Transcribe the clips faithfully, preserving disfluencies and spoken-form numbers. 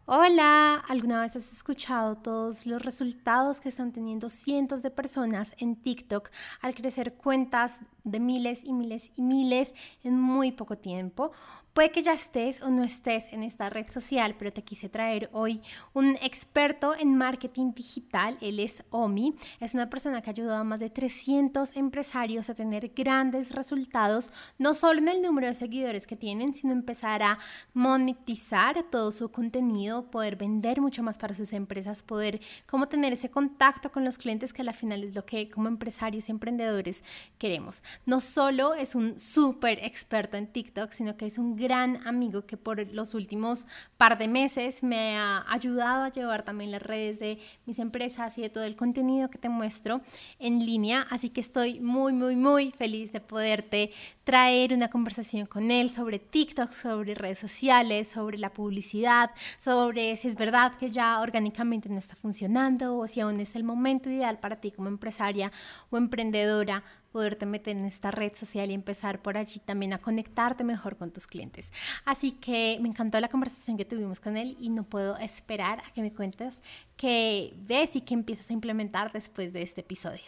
Hola, ¿alguna vez has escuchado todos los resultados que están teniendo cientos de personas en TikTok al crecer cuentas de miles y miles y miles en muy poco tiempo? Puede que ya estés o no estés en esta red social, pero te quise traer hoy un experto en marketing digital. Él es Omi. Es una persona que ha ayudado a más de trescientos empresarios a tener grandes resultados, no solo en el número de seguidores que tienen, sino empezar a monetizar todo su contenido, poder vender mucho más para sus empresas, poder como tener ese contacto con los clientes que al final es lo que como empresarios y emprendedores queremos. No solo es un súper experto en TikTok, sino que es un gran amigo que por los últimos par de meses me ha ayudado a llevar también las redes de mis empresas y de todo el contenido que te muestro en línea. Así que estoy muy, muy, muy feliz de poderte traer una conversación con él sobre TikTok, sobre redes sociales, sobre la publicidad, sobre si es verdad que ya orgánicamente no está funcionando o si aún es el momento ideal para ti como empresaria o emprendedora poderte meter en esta red social y empezar por allí también a conectarte mejor con tus clientes. Así que me encantó la conversación que tuvimos con él y no puedo esperar a que me cuentes qué ves y qué empiezas a implementar después de este episodio.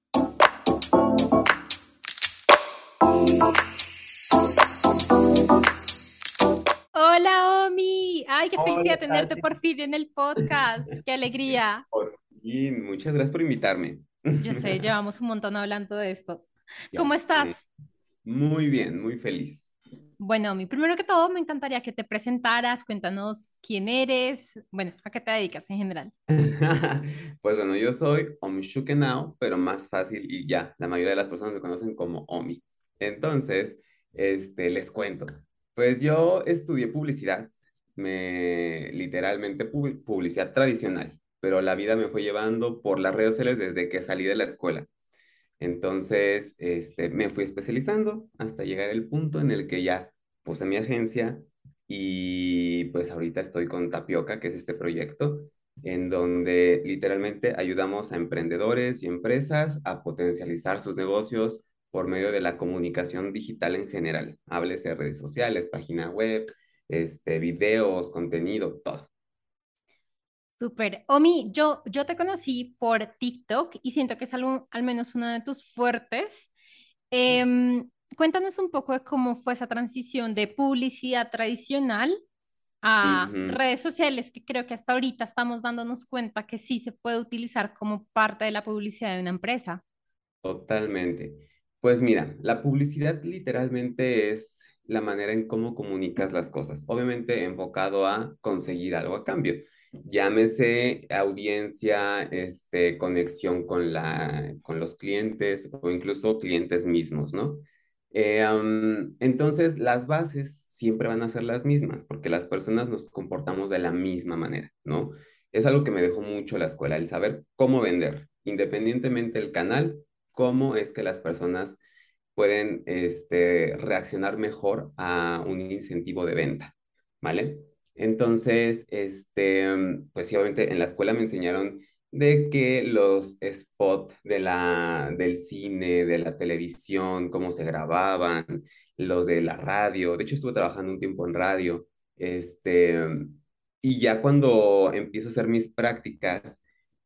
Hola, Omi. Ay, qué Hola, felicidad tenerte Katy. por fin en el podcast. Qué alegría. Por fin, muchas gracias por invitarme. Yo sé, llevamos un montón hablando de esto. Ya ¿Cómo sé. estás? Muy bien, muy feliz. Bueno, Omi, primero que todo me encantaría que te presentaras, cuéntanos quién eres, bueno, a qué te dedicas en general. Pues bueno, yo soy Om Shukenao, pero más fácil y ya, la mayoría de las personas me conocen como Omi. Entonces, este, les cuento. Pues yo estudié publicidad, me literalmente pu- publicidad tradicional, pero la vida me fue llevando por las redes sociales desde que salí de la escuela. Entonces, este, me fui especializando hasta llegar al punto en el que ya puse mi agencia y pues ahorita estoy con Tapioca, que es este proyecto, en donde literalmente ayudamos a emprendedores y empresas a potencializar sus negocios por medio de la comunicación digital en general. Háblese de redes sociales, página web, este, videos, contenido, todo. Súper. Omi, yo, yo te conocí por TikTok y siento que es algo, al menos uno de tus fuertes. Em, Cuéntanos un poco de cómo fue esa transición de publicidad tradicional a Ujú. redes sociales, que creo que hasta ahorita estamos dándonos cuenta que sí se puede utilizar como parte de la publicidad de una empresa. Totalmente. Pues mira, la publicidad literalmente es la manera en cómo comunicas las cosas, obviamente enfocado a conseguir algo a cambio. Llámese audiencia, este, conexión con la, con los clientes o incluso clientes mismos, ¿no? Eh, am, entonces, las bases siempre van a ser las mismas, porque las personas nos comportamos de la misma manera, ¿no? Es algo que me dejó mucho la escuela, el saber cómo vender, independientemente del canal, cómo es que las personas pueden este, reaccionar mejor a un incentivo de venta, ¿vale? Entonces, este, pues sí, obviamente en la escuela me enseñaron de que los spots de la, del cine, de la televisión, cómo se grababan, los de la radio, de hecho estuve trabajando un tiempo en radio, este, y ya cuando empiezo a hacer mis prácticas,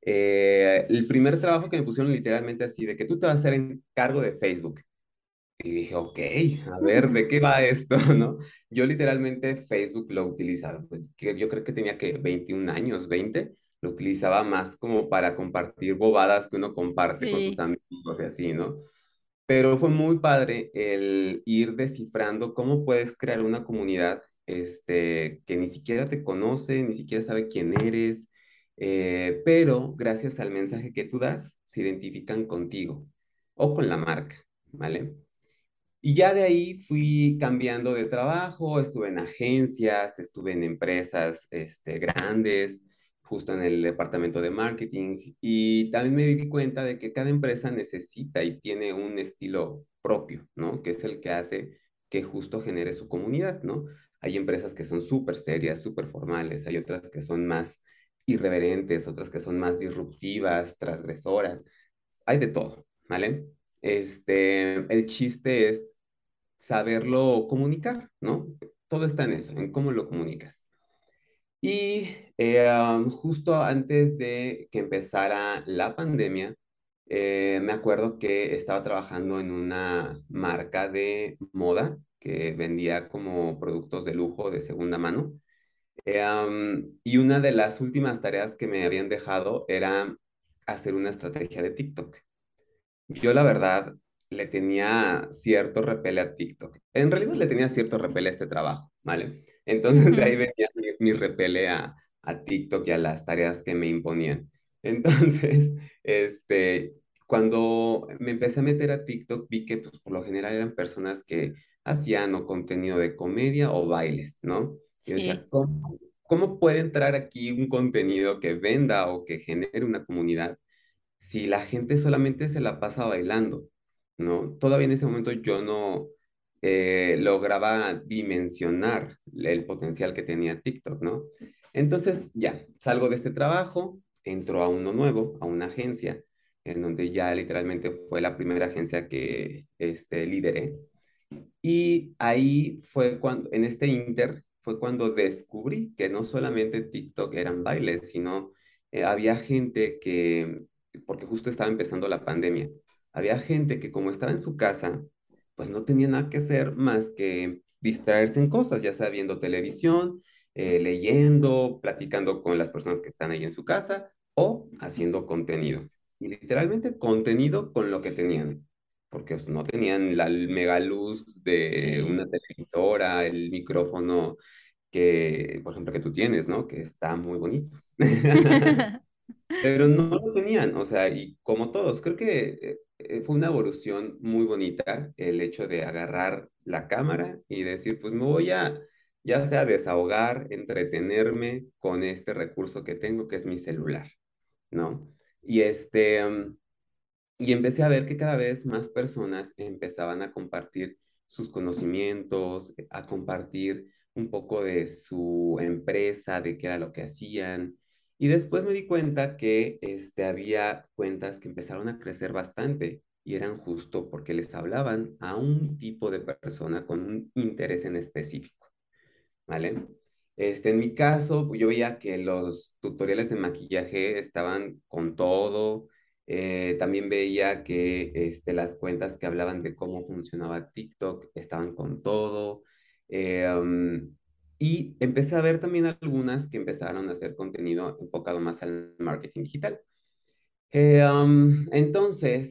eh, el primer trabajo que me pusieron literalmente así, de que tú te vas a hacer en cargo de Facebook. Y dije, ok, a ver, ¿de qué va esto, no? Yo literalmente Facebook lo utilizaba, pues que yo creo que tenía que veintiún años, veinte lo utilizaba más como para compartir bobadas que uno comparte con sus Sí. amigos y así, ¿no? Pero fue muy padre el ir descifrando cómo puedes crear una comunidad este, que ni siquiera te conoce, ni siquiera sabe quién eres, eh, pero gracias al mensaje que tú das, se identifican contigo o con la marca, ¿vale? Y ya de ahí fui cambiando de trabajo, estuve en agencias, estuve en empresas este, grandes, justo en el departamento de marketing, y también me di cuenta de que cada empresa necesita y tiene un estilo propio, ¿no? Que es el que hace que justo genere su comunidad, ¿no? Hay empresas que son súper serias, súper formales, hay otras que son más irreverentes, otras que son más disruptivas, transgresoras, hay de todo, ¿vale? Este, el chiste es saberlo comunicar, ¿no? Todo está en eso, en cómo lo comunicas. Y eh, um, justo antes de que empezara la pandemia, eh, me acuerdo que estaba trabajando en una marca de moda que vendía como productos de lujo de segunda mano. Eh, um, y una de las últimas tareas que me habían dejado era hacer una estrategia de TikTok. Yo la verdad le tenía cierto repele a TikTok. En realidad le tenía cierto repele a este trabajo, ¿vale? Entonces de ahí Ujú. venía mi, mi repele a, a TikTok y a las tareas que me imponían. Entonces, este, cuando me empecé a meter a TikTok, vi que pues, por lo general eran personas que hacían o contenido de comedia o bailes, ¿no? Y yo decía, Sí. ¿cómo, cómo puede entrar aquí un contenido que venda o que genere una comunidad si la gente solamente se la pasa bailando, ¿no? Todavía en ese momento yo no eh, lograba dimensionar el potencial que tenía TikTok, ¿no? Entonces, ya, salgo de este trabajo, entro a uno nuevo, a una agencia, en donde ya literalmente fue la primera agencia que este, lideré. Y ahí fue cuando, en este inter, fue cuando descubrí que no solamente TikTok eran bailes, sino eh, había gente que, porque justo estaba empezando la pandemia, había gente que como estaba en su casa, pues no tenía nada que hacer más que distraerse en cosas, ya sea viendo televisión, eh, leyendo, platicando con las personas que están ahí en su casa o haciendo contenido. Y literalmente contenido con lo que tenían porque pues, no tenían la mega luz de Sí. una televisora, el micrófono que, por ejemplo, que tú tienes, ¿no? Que está muy bonito. Pero no lo tenían, o sea, y como todos, creo que eh, eh, fue una evolución muy bonita el hecho de agarrar la cámara y decir, pues me voy a, ya sea desahogar, entretenerme con este recurso que tengo, que es mi celular, ¿no? Y este, mm, y empecé a ver que cada vez más personas empezaban a compartir sus conocimientos, a compartir un poco de su empresa, de qué era lo que hacían. Y después me di cuenta que este, había cuentas que empezaron a crecer bastante y eran justo porque les hablaban a un tipo de persona con un interés en específico. ¿Vale? Este, en mi caso, pues, yo veía que los tutoriales de maquillaje estaban con todo. Eh, también veía que este, las cuentas que hablaban de cómo funcionaba TikTok estaban con todo. Eh, um, y empecé a ver también algunas que empezaron a hacer contenido enfocado más al marketing digital. Eh, um, entonces,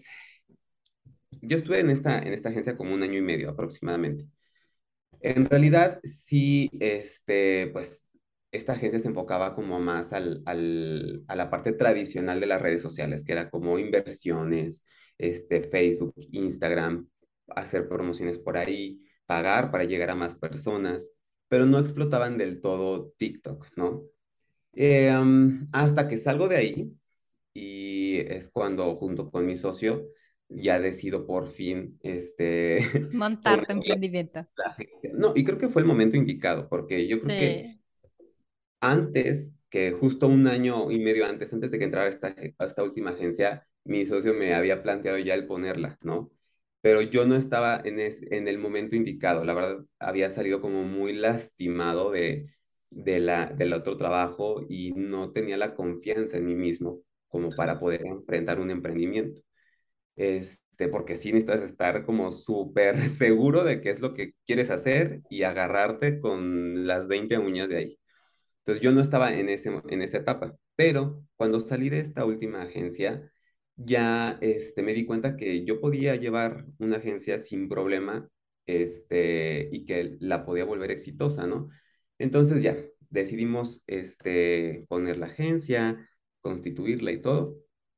yo estuve en esta, en esta agencia como un año y medio aproximadamente. En realidad, sí, este, pues esta agencia se enfocaba como más al, al- a la parte tradicional de las redes sociales, que era como inversiones, este, Facebook, Instagram, hacer promociones por ahí, pagar para llegar a más personas, pero no explotaban del todo TikTok, ¿no? Eh, um, hasta que salgo de ahí y es cuando junto con mi socio ya decido por fin, este, Montar poner tu emprendimiento. la agencia. No, y creo que fue el momento indicado, porque yo creo que Sí. antes, que justo un año y medio antes, antes de que entrara a esta, a esta última agencia, mi socio me había planteado ya el ponerla, ¿no? Pero yo no estaba en, es- en el momento indicado, la verdad, había salido como muy lastimado de, de la, del otro trabajo y no tenía la confianza en mí mismo como para poder enfrentar un emprendimiento. Este, porque sí necesitas estar como súper seguro de qué es lo que quieres hacer y agarrarte con las veinte uñas de ahí. Entonces yo no estaba en ese, en esa etapa, pero cuando salí de esta última agencia, ya este, me di cuenta que yo podía llevar una agencia sin problema este, y que la podía volver exitosa, ¿no? Entonces ya decidimos este, poner la agencia, constituirla y todo.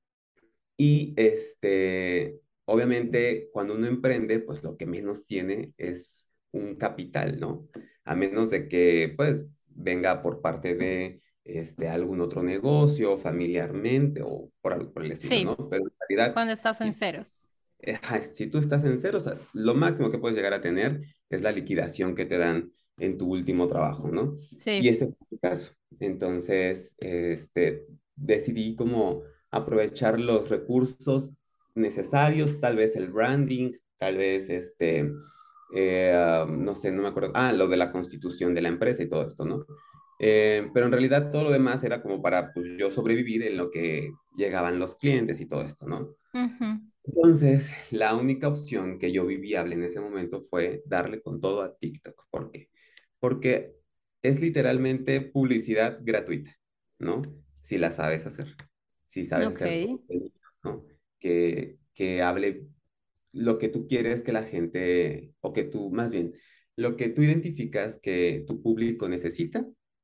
Y este, obviamente, cuando uno emprende, pues lo que menos tiene es un capital, ¿no? A menos de que, pues, venga por parte de este, algún otro negocio, familiarmente o por algo por el estilo, ¿no? Sí, Pero en realidad, cuando estás en si, ceros. ajá, si tú estás en cero, o sea, lo máximo que puedes llegar a tener es la liquidación que te dan en tu último trabajo, ¿no? Y Sí. ese fue mi caso. Entonces, este, decidí como aprovechar los recursos necesarios, tal vez el branding, tal vez este, eh, ah, no sé, no me acuerdo, ah, lo de la constitución de la empresa y todo esto, ¿no? Eh, pero en realidad todo lo demás era como para pues, yo sobrevivir en lo que llegaban los clientes y todo esto, ¿no? Ujú. Entonces, la única opción que yo vi viable en ese momento fue darle con todo a TikTok. ¿Por qué? Porque es literalmente publicidad gratuita, ¿no? Si la sabes hacer, si sabes Ok. hacer tu contenido, ¿no? Que, que hable lo que tú quieres que la gente, o que tú, más bien, lo que tú identificas que tu público necesita,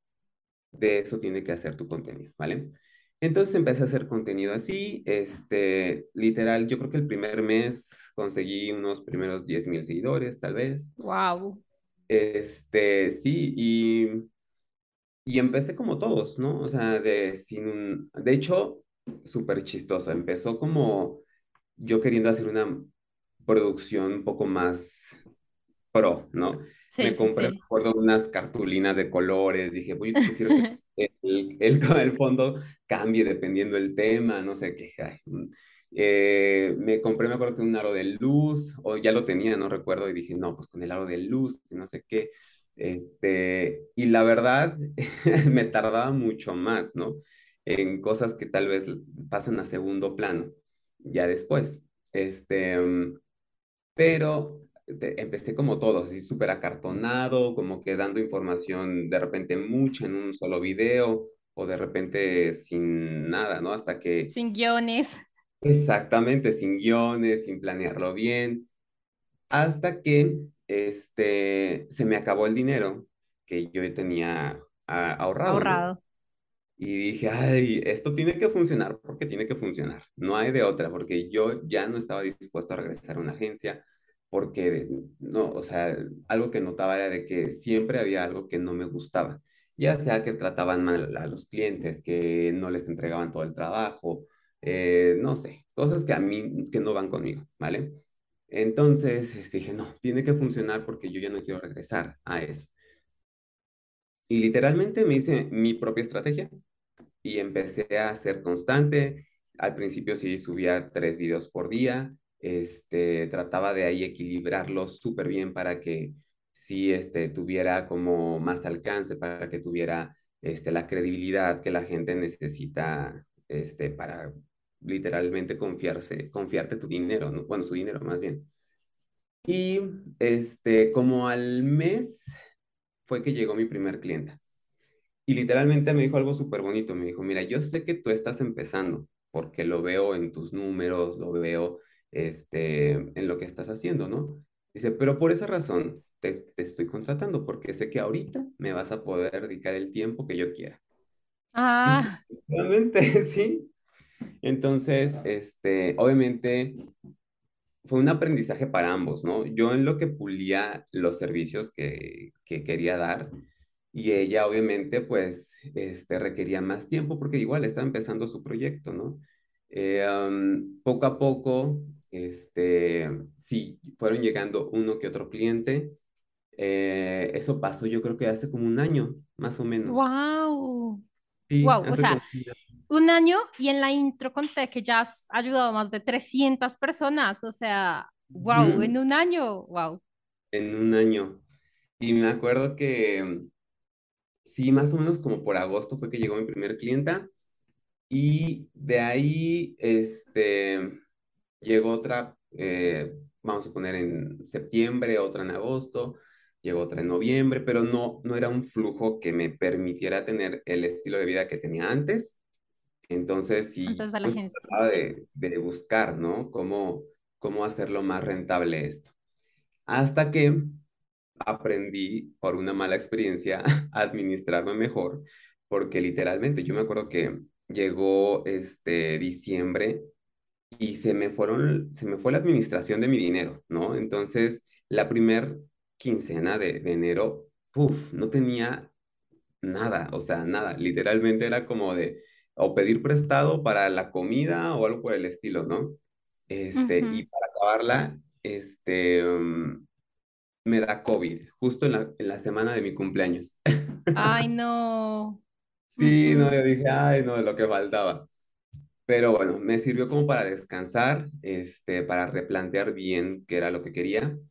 de eso tiene que hacer tu contenido, ¿vale? Entonces empecé a hacer contenido así, este, literal, yo creo que el primer mes conseguí unos primeros diez mil seguidores, tal vez. Wow. Este, sí, y, y empecé como todos, ¿no? O sea, de, sin un, de hecho, súper chistoso, empezó como yo queriendo hacer una producción un poco más pro, ¿no? Sí, Me sí, compré, me sí. acuerdo, unas cartulinas de colores, dije, "Uy, yo quiero que el, el, el fondo cambie dependiendo del tema, no sé qué. Ay, mm. Eh, me compré, me acuerdo que un aro de luz, o ya lo tenía, no recuerdo, y dije, no, pues con el aro de luz, y no sé qué. Este, y la verdad, me tardaba mucho más, ¿no? En cosas que tal vez pasan a segundo plano, ya después. Este, mm, pero te- empecé como todo, así súper acartonado, como que dando información de repente mucha en un solo video o de repente sin nada, ¿no? Hasta que Sin guiones. exactamente, sin guiones, sin planearlo bien, hasta que este, se me acabó el dinero que yo tenía ah, ahorrado, ¿no? Ahorrado. Y dije, ay, esto tiene que funcionar porque tiene que funcionar. No hay de otra, porque yo ya no estaba dispuesto a regresar a una agencia, porque, no, o sea, algo que notaba era de que siempre había algo que no me gustaba, ya sea que trataban mal a los clientes, que no les entregaban todo el trabajo, eh, no sé, cosas que a mí, que no van conmigo, ¿vale? Entonces, este, dije, no, tiene que funcionar porque yo ya no quiero regresar a eso. Y literalmente me hice mi propia estrategia y empecé a ser constante. Al principio sí subía tres videos por día, este, trataba de ahí equilibrarlos súper bien para que sí este, tuviera como más alcance, para que tuviera este, la credibilidad que la gente necesita este, para literalmente confiarse, confiarte tu dinero, ¿no? Bueno, su dinero más bien. Y este, como al mes fue que llegó mi primer clienta. Y literalmente me dijo algo súper bonito. Me dijo, mira, yo sé que tú estás empezando porque lo veo en tus números, lo veo este, en lo que estás haciendo, ¿no? Dice, pero por esa razón te, te estoy contratando porque sé que ahorita me vas a poder dedicar el tiempo que yo quiera. Y sí, Ah, realmente sí. Entonces, este, obviamente fue un aprendizaje para ambos, ¿no? Yo en lo que pulía los servicios que, que quería dar y ella obviamente pues este, requería más tiempo porque igual estaba empezando su proyecto, ¿no? Eh, um, poco a poco, este, sí, fueron llegando uno que otro cliente. Eh, eso pasó yo creo que hace como un año, más o menos. wow. Sí, Wow. O hace sea, como un año. un año y en la intro conté que ya has ayudado a más de trescientas personas. O sea, wow, Ujú, en un año. Wow. en un año. Y me acuerdo que sí, más o menos como por agosto fue que llegó mi primer clienta y de ahí este, llegó otra, eh, vamos a poner en septiembre, otra en agosto, llegó otra en noviembre, pero no, no era un flujo que me permitiera tener el estilo de vida que tenía antes. Entonces Antes sí, de la pues agencia, trataba sí. de, de buscar, ¿no? Cómo, cómo hacerlo más rentable esto. Hasta que aprendí por una mala experiencia a administrarme mejor, porque literalmente yo me acuerdo que llegó este diciembre y se me fueron, se me fue la administración de mi dinero, ¿no? Entonces, la primer quincena de, de enero, uf, no tenía nada, o sea, nada, literalmente era como de o pedir prestado para la comida o algo por el estilo, ¿no? Este, y Ujú. para acabarla, este, um, me da COVID, justo en la, en la semana de mi cumpleaños. Ay, no. Sí, no, Ujú. yo dije, ay, no, lo que faltaba. Pero bueno, me sirvió como para descansar, este, para replantear bien qué era lo que quería.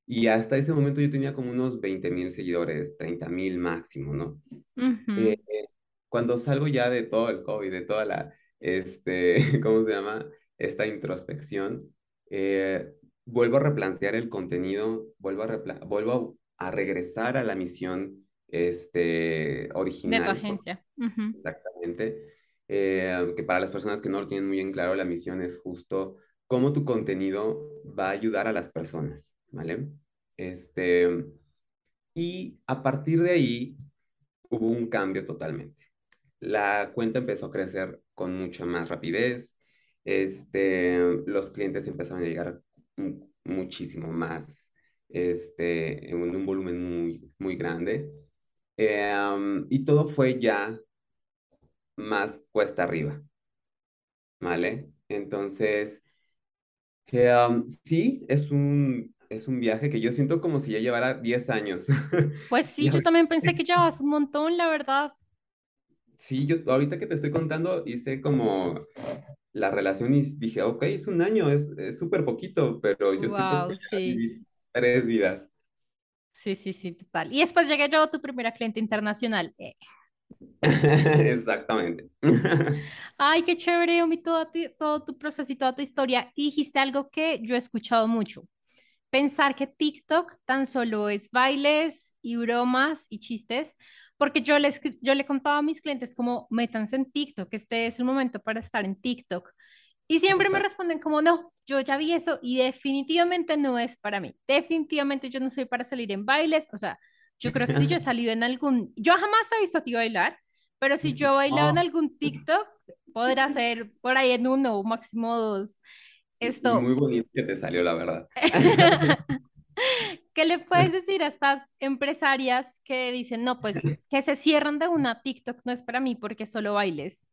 Y hasta ese momento yo tenía como unos veinte mil seguidores, treinta mil máximo, ¿no? Eh, Ujú. eh, Cuando salgo ya de todo el COVID, de toda la, este, ¿cómo se llama? Esta introspección, eh, vuelvo a replantear el contenido, vuelvo a, repla- vuelvo a, a regresar a la misión, este, De tu original, por- agencia. Ujú. exactamente, eh, que para las personas que no lo tienen muy en claro, la misión es justo cómo tu contenido va a ayudar a las personas, ¿vale? Este, y a partir de ahí hubo un cambio totalmente. La cuenta empezó a crecer con mucha más rapidez. Este, los clientes empezaron a llegar mu- muchísimo más, este, en un volumen muy, muy grande. Eh, um, y todo fue ya más cuesta arriba, ¿vale? Entonces, eh, um, sí, es un, es un viaje que yo siento como si ya llevara diez años. Pues Y sí, yo ahorita también pensé que llevabas un montón, la verdad. sí, yo ahorita que te estoy contando, hice como la relación y dije, ok, es un año, es es súper poquito, pero yo siento que Wow, ya sí. viví tres vidas. Sí, sí, sí, total. Y después llegué yo, tu primera cliente internacional. Eh, Exactamente. Ay, qué chévere, Omi, todo, ti- todo tu proceso y toda tu historia. Y dijiste algo que yo he escuchado mucho. Pensar que TikTok tan solo es bailes y bromas y chistes, porque yo les, yo le contaba a mis clientes como métanse en TikTok, este es el momento para estar en TikTok. Y siempre me Total. responden como no, yo ya vi eso y definitivamente no es para mí. Definitivamente yo no soy para salir en bailes, o sea, yo creo que si yo he salido en algún, yo jamás te he visto a ti bailar, pero si yo he bailado en Oh, algún TikTok, podrá ser por ahí en uno o máximo dos. y muy Esto, bonito que te salió, la verdad. ¿qué le puedes decir a estas empresarias que dicen, no, pues que se cierran de una TikTok no es para mí porque solo bailes?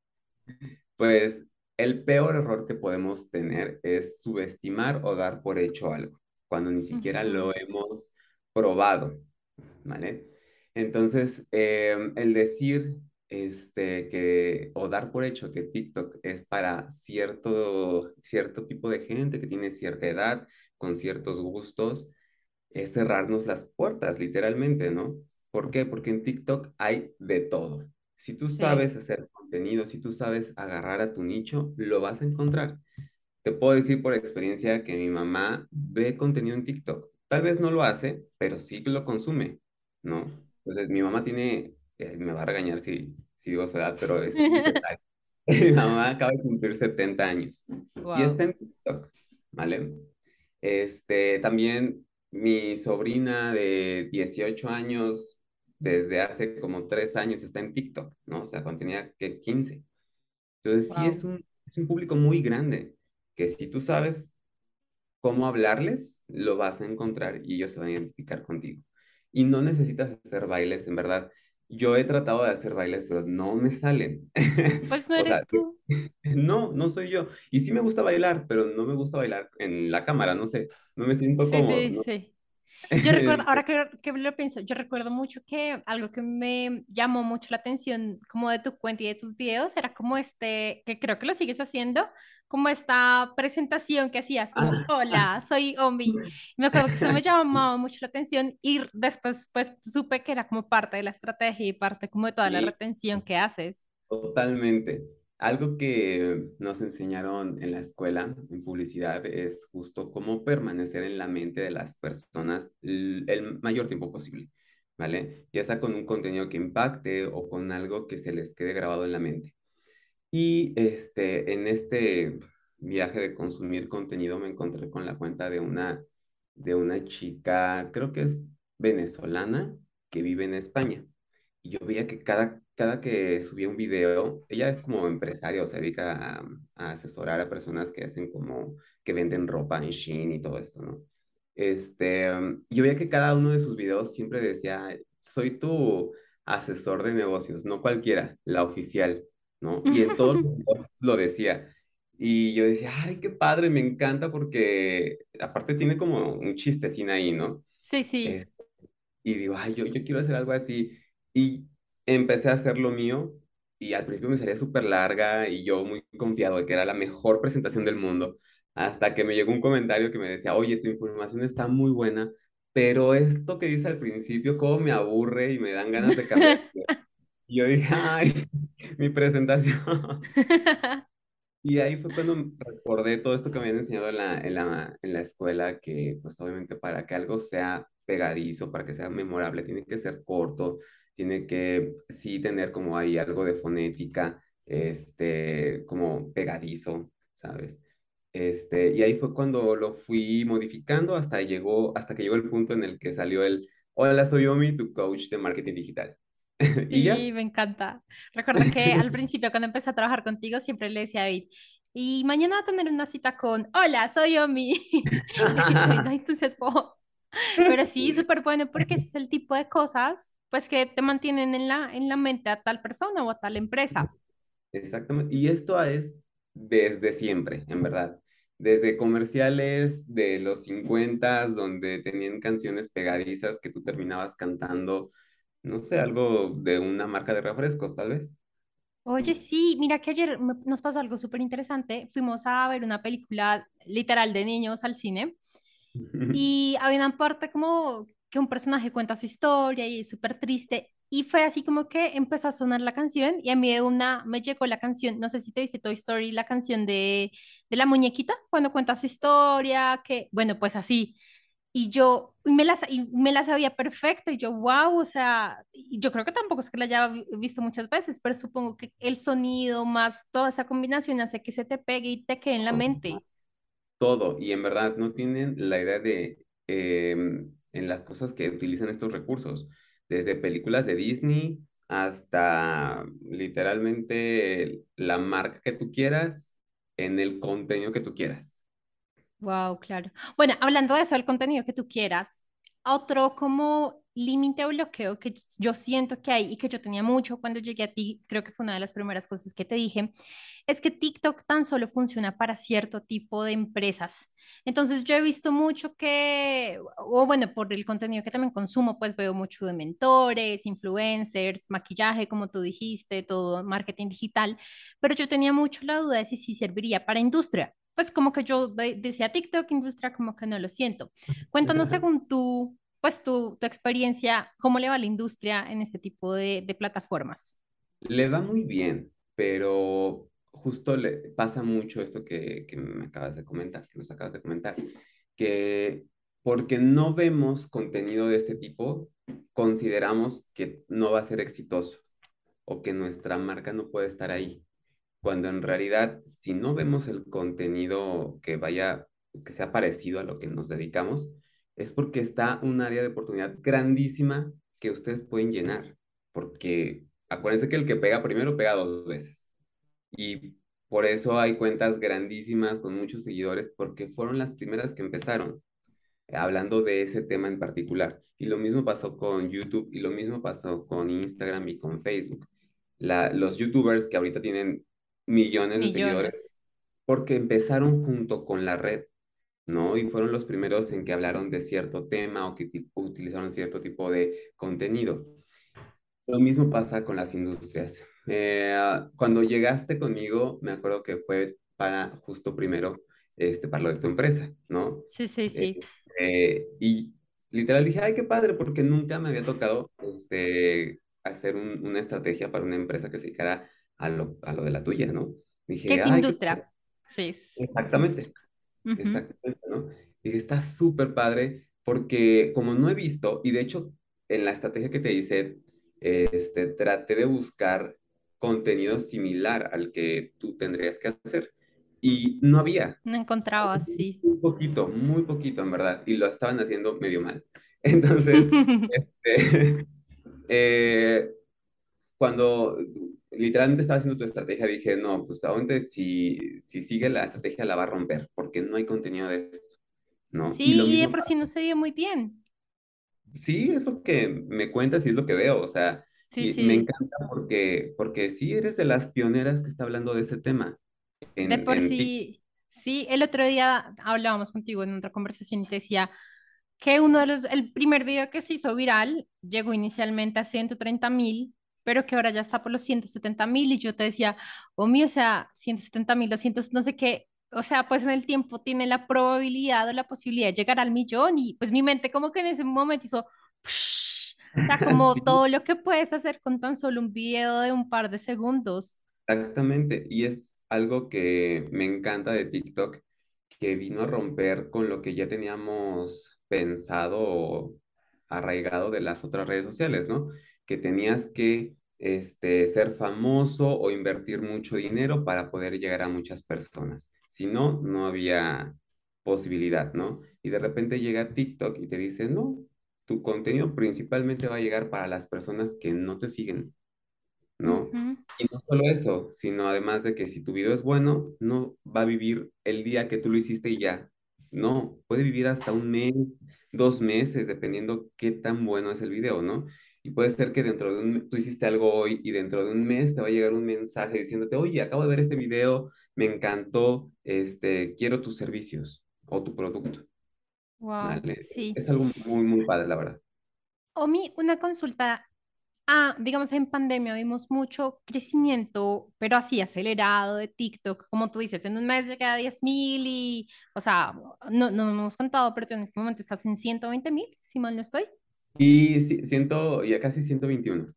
Pues el peor error que podemos tener es subestimar o dar por hecho algo, cuando ni siquiera Ujú. lo hemos probado. ¿Vale? Entonces, eh, el decir este, que, o dar por hecho que TikTok es para cierto, cierto tipo de gente que tiene cierta edad, con ciertos gustos, es cerrarnos las puertas, literalmente, ¿no? ¿Por qué? Porque en TikTok hay de todo. Si tú Sí, sabes hacer contenido, si tú sabes agarrar a tu nicho, lo vas a encontrar. Te puedo decir por experiencia que mi mamá ve contenido en TikTok. Tal vez no lo hace, pero sí que lo consume, ¿no? Entonces, mi mamá tiene, eh, me va a regañar si, si digo su edad, pero es empresaria. Mi mamá acaba de cumplir setenta años y wow, está en TikTok, ¿vale? Este, también mi sobrina de dieciocho años, desde hace como tres años está en TikTok, ¿no? O sea, cuando tenía que quince. Entonces, sí wow. es un, es un público muy grande, que si tú sabes cómo hablarles, lo vas a encontrar y ellos se van a identificar contigo. Y no necesitas hacer bailes, en verdad. Yo he tratado de hacer bailes, pero no me salen. Pues no O sea, eres tú. no, no soy yo. Y sí me gusta bailar, pero no me gusta bailar en la cámara, no sé, no me siento Sí, cómodo, sí, ¿no? sí. Yo recuerdo, ahora que, que lo pienso, yo recuerdo mucho que algo que me llamó mucho la atención como de tu cuenta y de tus videos era como este, que creo que lo sigues haciendo, como esta presentación que hacías, como, Ah, ah. hola, soy Omi. Y me acuerdo que eso me llamaba mucho la atención y después pues supe que era como parte de la estrategia y parte como de toda la Sí, retención que haces. totalmente. Algo que nos enseñaron en la escuela, en publicidad, es justo cómo permanecer en la mente de las personas l- el mayor tiempo posible, ¿vale? Ya sea con un contenido que impacte o con algo que se les quede grabado en la mente. Y este, en este viaje de consumir contenido me encontré con la cuenta de una, de una chica, creo que es venezolana, que vive en España. Y yo veía que cada, cada que subía un video, ella es como empresaria, o se dedica a, a asesorar a personas que hacen como, que venden ropa en Shein y todo esto, ¿no? Este, um, yo veía que cada uno de sus videos siempre decía, soy tu asesor de negocios, no cualquiera, la oficial, ¿no? Y en todos los videos lo decía. Y yo decía, ay, qué padre, me encanta porque aparte tiene como un chistecín ahí, ¿no? Sí, sí. Y digo, ay, yo, yo quiero hacer algo así. Y empecé a hacer lo mío y al principio me salía súper larga y yo muy confiado de que era la mejor presentación del mundo, hasta que me llegó un comentario que me decía, oye, tu información está muy buena, pero esto que dice al principio, cómo me aburre y me dan ganas de cambiar. Y yo dije, ay, mi presentación. Y ahí fue cuando recordé todo esto que me habían enseñado en la, en la, en la escuela, que pues obviamente para que algo sea pegadizo, para que sea memorable, tiene que ser corto, tiene que sí tener como ahí algo de fonética, este, como pegadizo, ¿sabes? Este, y ahí fue cuando lo fui modificando hasta llegó, hasta que llegó el punto en el que salió el, hola, soy Omi, tu coach de marketing digital. Y ya. Sí, me encanta. Recuerdo que al principio cuando empecé a trabajar contigo siempre le decía a David, y mañana va a tener una cita con, hola, soy Omi. Y David, "Ay, entusiasmo". Pero sí, súper bueno porque ese es el tipo de cosas pues que te mantienen en la, en la mente a tal persona o a tal empresa. Exactamente. Y esto es desde siempre, en verdad. Desde comerciales de los cincuenta, donde tenían canciones pegadizas que tú terminabas cantando, no sé, algo de una marca de refrescos, tal vez. Oye, sí, mira que ayer me- nos pasó algo súper interesante. Fuimos a ver una película literal de niños al cine y había una parte como que un personaje cuenta su historia y es súper triste y fue así como que empezó a sonar la canción y a mí de una me llegó la canción, no sé si te viste Toy Story, la canción de, de la muñequita cuando cuenta su historia, que bueno, pues así. Y yo y me las y me la sabía perfecto y yo, wow, o sea, y yo creo que tampoco es que la haya vi- visto muchas veces, pero supongo que el sonido más toda esa combinación hace que se te pegue y te quede en la mente. Todo. Y en verdad no tienen la idea de em, en las cosas que utilizan estos recursos. Desde películas de Disney hasta literalmente la marca que tú quieras en el contenido que tú quieras. Wow, claro. Bueno, hablando de eso, el contenido que tú quieras, otro como límite o bloqueo que yo siento que hay y que yo tenía mucho cuando llegué a ti, creo que fue una de las primeras cosas que te dije, es que TikTok tan solo funciona para cierto tipo de empresas. Entonces yo he visto mucho que, o bueno, por el contenido que también consumo, pues veo mucho de mentores, influencers, maquillaje, como tú dijiste, todo marketing digital, pero yo tenía mucho la duda de si sí serviría para industria. Pues como que yo de- decía TikTok, industria, como que no lo siento. Cuéntanos según tú, pues tu, tu experiencia, ¿cómo le va a la industria en este tipo de, de plataformas? Le va muy bien, pero justo le pasa mucho esto que, que me acabas de comentar, que nos acabas de comentar, que porque no vemos contenido de este tipo, consideramos que no va a ser exitoso o que nuestra marca no puede estar ahí, cuando en realidad, si no vemos el contenido que vaya, que sea parecido a lo que nos dedicamos, es porque está un área de oportunidad grandísima que ustedes pueden llenar, porque acuérdense que el que pega primero pega dos veces. Y por eso hay cuentas grandísimas con muchos seguidores, porque fueron las primeras que empezaron, eh, hablando de ese tema en particular. Y lo mismo pasó con YouTube y lo mismo pasó con Instagram y con Facebook. La, los YouTubers que ahorita tienen millones de seguidores, Millones. porque empezaron junto con la red, ¿no? Y fueron los primeros en que hablaron de cierto tema o que ti- utilizaron cierto tipo de contenido. Lo mismo pasa con las industrias. Eh, cuando llegaste conmigo, me acuerdo que fue para justo primero, este, para lo de tu empresa, ¿no? Sí, sí, Eh, sí. eh, y literal dije, ay, qué padre, porque nunca me había tocado, este, hacer un- una estrategia para una empresa que se dedicara a lo, a lo de la tuya, ¿no? ¿Qué Dije, es ay, qué padre. industria? Sí, es, es industria. Exactamente. Ujú. Exactamente, ¿no? Y está súper padre porque como no he visto, y de hecho en la estrategia que te hice, este, traté de buscar contenido similar al que tú tendrías que hacer. Y no había, No encontraba, sí. muy poquito, muy poquito en verdad, y lo estaban haciendo medio mal. Entonces, este, eh, cuando literalmente estaba haciendo tu estrategia, dije, no, pues obviamente si, si sigue la estrategia la va a romper, porque no hay contenido de esto, ¿no? Y Sí, lo y de mismo, por sí no se dio muy bien. sí, es lo que me cuentas y es lo que veo, o sea, Sí, y me sí. encanta porque, porque sí eres de las pioneras que está hablando de ese tema De en, por en TikTok. sí, sí, el otro día hablábamos contigo en otra conversación y te decía que uno de los, el primer video que se hizo viral llegó inicialmente a ciento treinta mil, pero que ahora ya está por los ciento setenta mil y yo te decía, oh mío, o sea, ciento setenta mil, doscientos, no sé qué, o sea, pues en el tiempo tiene la probabilidad o la posibilidad de llegar al millón y pues mi mente como que en ese momento hizo, "Psh", o sea, como Sí, todo lo que puedes hacer con tan solo un video de un par de segundos. exactamente. Y es algo que me encanta de TikTok, que vino a romper con lo que ya teníamos pensado o arraigado de las otras redes sociales, ¿no? Que tenías que este, ser famoso o invertir mucho dinero para poder llegar a muchas personas. Si no, no había posibilidad, ¿no? Y de repente llega TikTok y te dice, no, tu contenido principalmente va a llegar para las personas que no te siguen, ¿no? Ujú. Y no solo eso, sino además de que si tu video es bueno, no va a vivir el día que tú lo hiciste y ya. No, puede vivir hasta un mes, dos meses, dependiendo qué tan bueno es el video, ¿no? Y puede ser que dentro de un, tú hiciste algo hoy y dentro de un mes te va a llegar un mensaje diciéndote, oye, acabo de ver este video, me encantó, este, quiero tus servicios o tu producto, Wow, ¿vale? sí. Es algo muy, muy padre, la verdad. Omi, una consulta. Ah, digamos, en pandemia vimos mucho crecimiento, pero así acelerado de TikTok, como tú dices, en un mes llega a diez mil y, o sea, no, no hemos contado, pero tú en este momento estás en ciento veinte mil, si mal no estoy. Y sí, ciento, ya casi ciento veintiuno.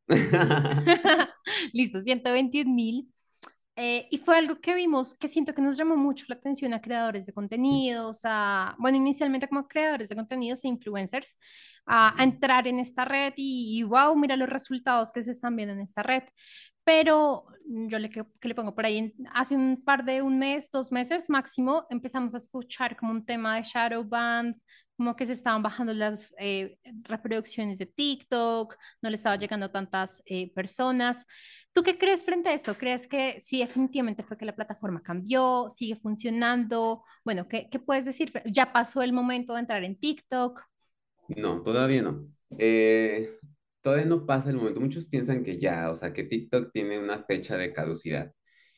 Listo, ciento veintiún mil. Eh, y fue algo que vimos que siento que nos llamó mucho la atención a creadores de contenidos, a, bueno, inicialmente como creadores de contenidos e influencers, a, a entrar en esta red y, y wow, mira los resultados que se están viendo en esta red. Pero yo le, que, que le pongo por ahí, en- hace un par de un mes, dos meses máximo, empezamos a escuchar como un tema de shadow band, como que se estaban bajando las eh, reproducciones de TikTok, no le estaba llegando a tantas eh, personas. ¿Tú qué crees frente a esto? ¿Crees que sí, definitivamente fue que la plataforma cambió, sigue funcionando? Bueno, ¿qué, qué puedes decir? ¿Ya pasó el momento de entrar en TikTok? No, todavía no. Eh, todavía no pasa el momento. Muchos piensan que ya, o sea, que TikTok tiene una fecha de caducidad.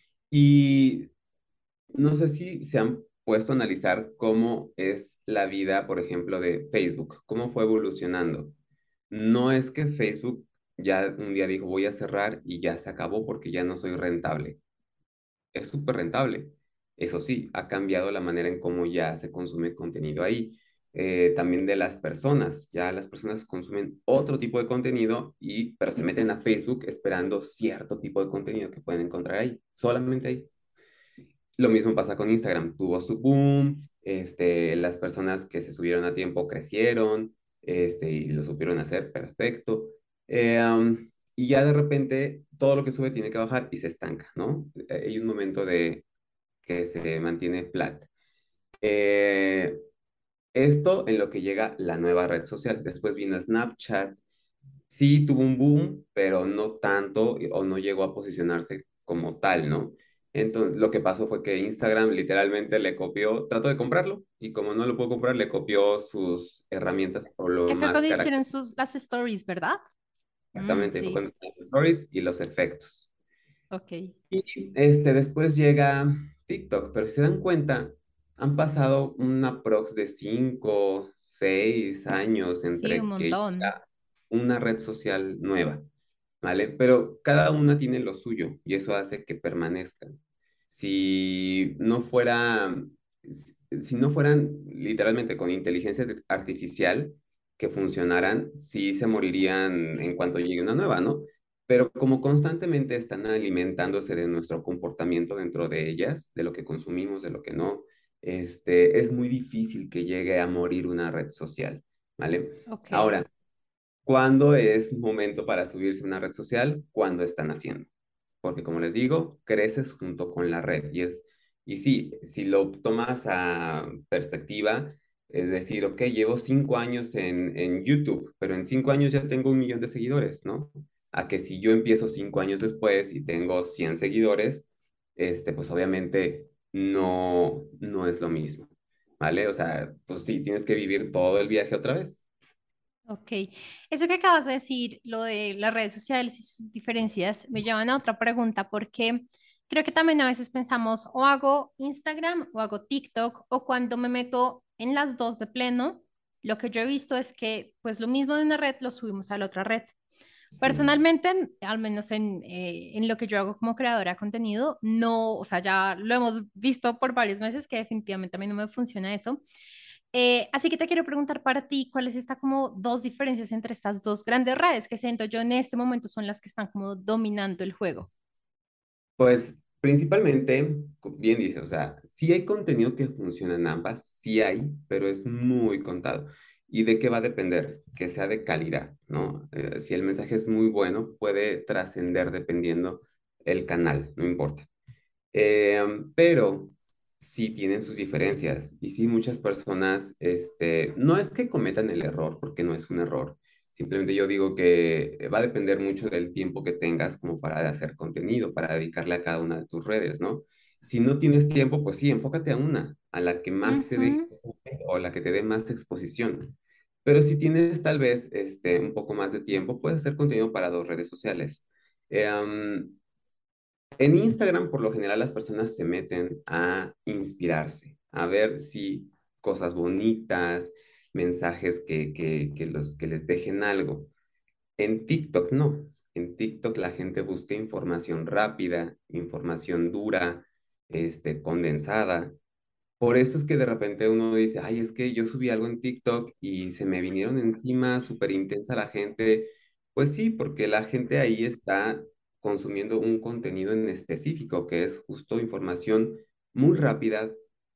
Y no sé si se han puesto a analizar cómo es la vida, por ejemplo, de Facebook, cómo fue evolucionando. No es que Facebook ya un día dijo voy a cerrar y ya se acabó porque ya no soy rentable. Es súper rentable. Eso sí, ha cambiado la manera en cómo ya se consume contenido ahí. Eh, también de las personas. Ya las personas consumen otro tipo de contenido y, pero se meten a Facebook esperando cierto tipo de contenido que pueden encontrar ahí, solamente ahí. Lo mismo pasa con Instagram. Tuvo su boom, este, las personas que se subieron a tiempo crecieron, este, y lo supieron hacer perfecto. Eh, um, y ya de repente todo lo que sube tiene que bajar y se estanca, ¿no? Eh, Hay un momento de que se mantiene flat. Eh, Esto en lo que llega la nueva red social. Después vino Snapchat. Sí tuvo un boom, pero no tanto o no llegó a posicionarse como tal, ¿no? Entonces, lo que pasó fue que Instagram literalmente le copió, trató de comprarlo y como no lo pudo comprar, le copió sus herramientas por lo Que fue más cuando hicieron característico. sus, las stories, ¿verdad? Mm, Exactamente, fue sí, cuando los stories y los efectos. ok. Y este, después llega TikTok, pero si se dan cuenta, han pasado una prox de cinco, seis años Sí, un entre que montón. llega una red social nueva, ¿vale? Pero cada una tiene lo suyo y eso hace que permanezcan. Si no fuera, si si no fueran literalmente con inteligencia artificial que funcionaran, sí se morirían en cuanto llegue una nueva, ¿no? Pero como constantemente están alimentándose de nuestro comportamiento dentro de ellas, de lo que consumimos, de lo que no, este, es muy difícil que llegue a morir una red social, ¿vale? Ok, Ahora, ¿cuándo es momento para subirse a una red social? Cuando están haciendo. Porque como les digo, creces junto con la red. Y es, y sí, si lo tomas a perspectiva, es decir, ok, llevo cinco años en, en YouTube, pero en cinco años ya tengo un millón de seguidores, ¿no? A que si yo empiezo cinco años después y tengo cien seguidores, este, pues obviamente no, no es lo mismo, ¿vale? O sea, pues sí, tienes que vivir todo el viaje otra vez. ok. Eso que acabas de decir, lo de las redes sociales y sus diferencias, me llevan a otra pregunta porque creo que también a veces pensamos o hago Instagram o hago TikTok o cuando me meto en las dos de pleno, lo que yo he visto es que pues lo mismo de una red lo subimos a la otra red. Sí. Personalmente, al menos en, eh, en lo que yo hago como creadora de contenido, no, o sea, ya lo hemos visto por varios meses que definitivamente a mí no me funciona eso. Eh, así que te quiero preguntar para ti, ¿cuáles están como dos diferencias entre estas dos grandes redes que siento yo en este momento son las que están como dominando el juego? Pues principalmente, co- bien dices, o sea, sí hay contenido que funciona en ambas, sí hay, pero es muy contado. ¿Y de qué va a depender? Que sea de calidad, ¿no? Eh, si el mensaje es muy bueno, puede trascender dependiendo el canal, no importa. Eh, pero sí tienen sus diferencias y sí muchas personas, este, no es que cometan el error, porque no es un error. Simplemente yo digo que va a depender mucho del tiempo que tengas como para hacer contenido, para dedicarle a cada una de tus redes, ¿no? Si no tienes tiempo, pues sí, enfócate a una, a la que más te dé Ujú. o la que te dé más exposición. Pero si tienes tal vez este, un poco más de tiempo, puedes hacer contenido para dos redes sociales. Eh, am, en Instagram, por lo general, las personas se meten a inspirarse, a ver si cosas bonitas, mensajes que, que, que los, que les dejen algo. En TikTok no. En TikTok la gente busca información rápida, información dura, este, condensada. Por eso es que de repente uno dice, ay, es que yo subí algo en TikTok y se me vinieron encima, súper intensa la gente. Pues sí, porque la gente ahí está consumiendo un contenido en específico, que es justo información muy rápida,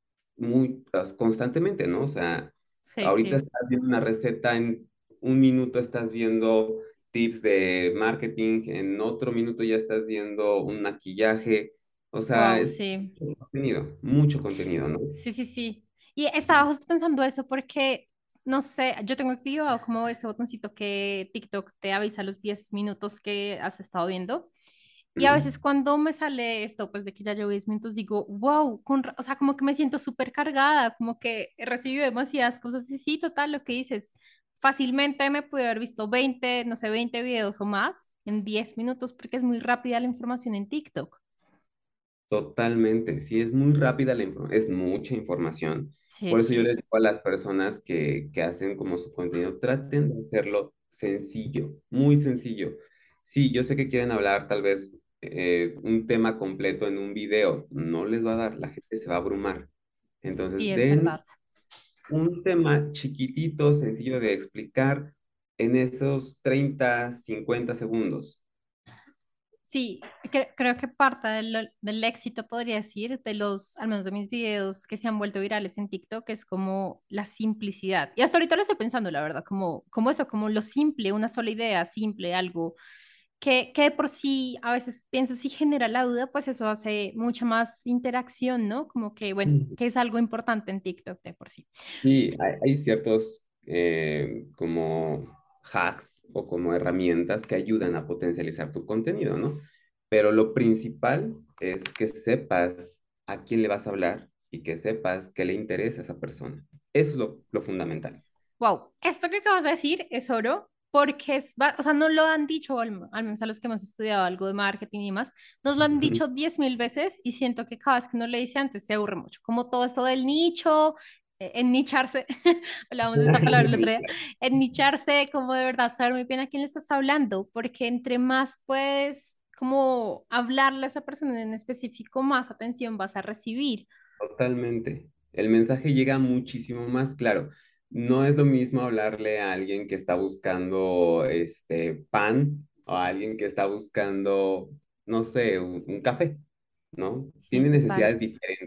muy pues, constantemente, ¿no? O sea, Sí, ahorita sí. estás viendo una receta, en un minuto estás viendo tips de marketing, en otro minuto ya estás viendo un maquillaje. O sea, Wow, es sí. mucho contenido, mucho contenido, ¿no? Sí, sí, sí. Y estaba justo pensando eso porque, no sé, yo tengo activado como ese botoncito que TikTok te avisa a los diez minutos que has estado viendo. Y a veces Mm. cuando me sale esto, pues de que ya llevo diez minutos, digo, wow, con ra- o sea, como que me siento súper cargada, como que he recibido demasiadas cosas. Y sí, total, lo que dices, fácilmente me pude haber visto veinte no sé, veinte videos o más en diez minutos porque es muy rápida la información en TikTok. Totalmente, sí, es muy rápida la información, es mucha información. Sí, Por eso yo sí. les digo a las personas que, que hacen como su contenido, traten de hacerlo sencillo, muy sencillo. Sí, yo sé que quieren hablar tal vez eh, un tema completo en un video, no les va a dar, la gente se va a abrumar. Sí, Entonces, es den verdad. un tema chiquitito, sencillo de explicar en esos treinta cincuenta segundos. Sí, cre- creo que parte del, del éxito, podría decir, de los, al menos de mis videos que se han vuelto virales en TikTok, es como la simplicidad. Y hasta ahorita lo estoy pensando, la verdad, como, como eso, como lo simple, una sola idea, simple, algo que, que de por sí a veces pienso si genera la duda, pues eso hace mucha más interacción, ¿no? Como que, bueno, que es algo importante en TikTok de por sí. Sí, hay, hay ciertos eh, como hacks o como herramientas que ayudan a potencializar tu contenido, ¿no? Pero lo principal es que sepas a quién le vas a hablar y que sepas qué le interesa a esa persona. Eso es lo, lo fundamental. Wow, esto que acabas de decir es oro, porque es, va- o sea, no lo han dicho, al, al menos a los que hemos estudiado algo de marketing y más, nos lo han dicho diez mil veces y siento que cada vez que uno le dice antes se aburre mucho, como todo esto del nicho, eh, en nicharse, hablábamos de esta palabra el otro día, en nicharse, como de verdad saber muy bien a quién le estás hablando, porque entre más puedes como hablarle a esa persona en específico, más atención vas a recibir. Totalmente. El mensaje llega muchísimo más claro. No es lo mismo hablarle a alguien que está buscando este pan o a alguien que está buscando, no sé, un, un café, ¿no? Sí, Tiene total. necesidades diferentes.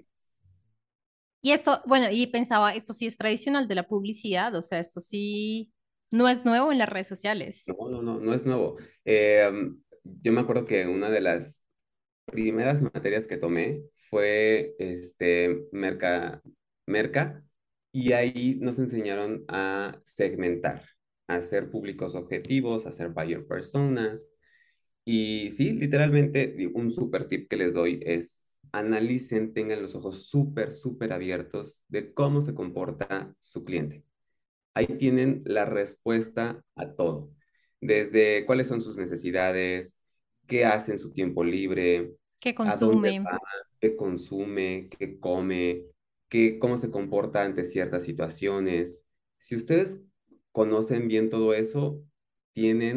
Y esto, bueno, y pensaba, esto sí es tradicional de la publicidad, o sea, esto sí no es nuevo en las redes sociales. No, no, no, no es nuevo. Eh, yo me acuerdo que una de las primeras materias que tomé fue este, merca, merca, y ahí nos enseñaron a segmentar, a hacer públicos objetivos, a hacer buyer personas. Y sí, literalmente digo, un super tip que les doy es analicen, tengan los ojos súper, súper abiertos de cómo se comporta su cliente. Ahí tienen la respuesta a todo, desde cuáles son sus necesidades, qué hace en su tiempo libre, Que a dónde consume. va, qué consume, qué come, qué, cómo se comporta ante ciertas situaciones. Si ustedes conocen bien todo eso, tienen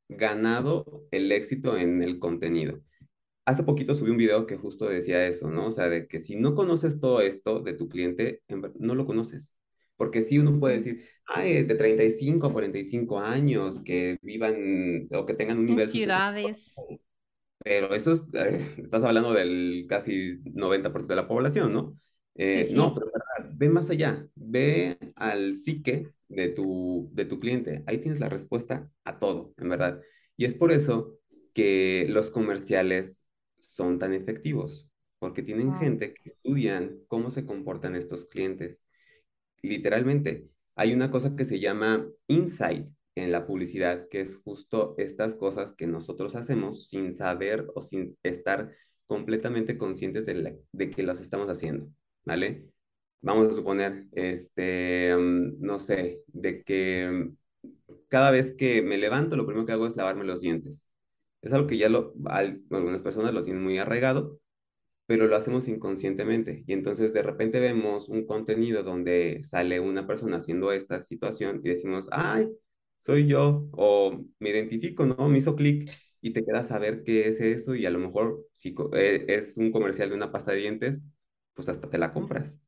ganado el éxito en el contenido. Hace poquito subí un video que justo decía eso, ¿no? O sea, de que si no conoces todo esto de tu cliente, en ver- no lo conoces. Porque sí uno puede Ujú. decir, ay, de treinta y cinco a cuarenta y cinco años, que vivan o que tengan un En nivel social. ciudades. Pero eso es, eh, estás hablando del casi noventa por ciento de la población, ¿no? Sí, Eh, no, sí. pero en verdad, ve más allá, ve al psique de tu, de tu cliente. Ahí tienes la respuesta a todo, en verdad. Y es por eso que los comerciales son tan efectivos, porque tienen Wow. gente que estudian cómo se comportan estos clientes. Literalmente, hay una cosa que se llama insight en la publicidad, que es justo estas cosas que nosotros hacemos sin saber o sin estar completamente conscientes de, la- de que los estamos haciendo, ¿vale? Vamos a suponer, este, mm, no sé, de que mm, cada vez que me levanto, lo primero que hago es lavarme los dientes. Es algo que ya lo, al- algunas personas lo tienen muy arraigado, pero lo hacemos inconscientemente. Y entonces de repente vemos un contenido donde sale una persona haciendo esta situación y decimos, ay, soy yo, o me identifico, ¿no? Me hizo clic y te quedas a ver qué es eso y a lo mejor si co- eh, es un comercial de una pasta de dientes, pues hasta te la compras,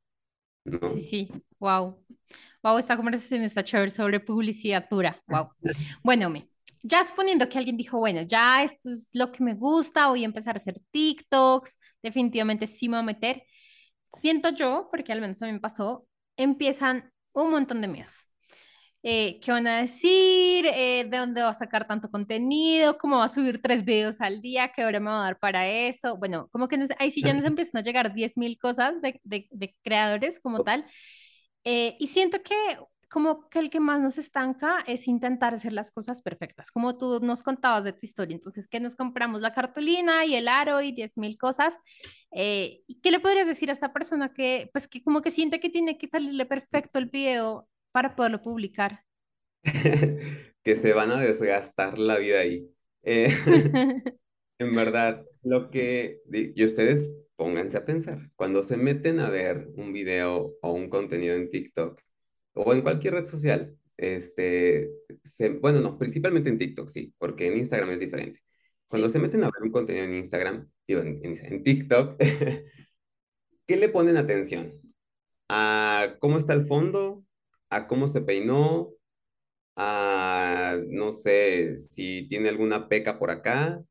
Sí, ¿no? sí. Wow. Wow, esta conversación está chévere sobre publicidad pura. Wow. Bueno, me, ya suponiendo que alguien dijo, bueno, ya esto es lo que me gusta, voy a empezar a hacer TikToks, definitivamente sí me voy a meter. Siento yo, porque al menos a mí me pasó, empiezan un montón de miedos. Eh, ¿qué van a decir? Eh, ¿de dónde va a sacar tanto contenido? ¿Cómo va a subir tres videos al día? ¿Qué hora me va a dar para eso? Bueno, como que nos- ahí sí ya nos empiezan a llegar diez mil cosas de, de, de creadores como tal. Eh, y siento que como que el que más nos estanca es intentar hacer las cosas perfectas, como tú nos contabas de tu historia. Entonces, que nos compramos la cartulina y el aro y diez mil cosas. Eh, ¿y qué le podrías decir a esta persona que, pues, que como que siente que tiene que salirle perfecto el video para poderlo publicar? Que se van a desgastar la vida ahí. Eh, En verdad, lo que, di- y ustedes pónganse a pensar, cuando se meten a ver un video o un contenido en TikTok o en cualquier red social, este, se- bueno, no, principalmente en TikTok, sí, porque en Instagram es diferente. Cuando Sí. se meten a ver un contenido en Instagram, digo, en, en, en TikTok, ¿qué le ponen atención? ¿A cómo está el fondo? ¿A cómo se peinó? ¿A, no sé, si tiene alguna peca por acá?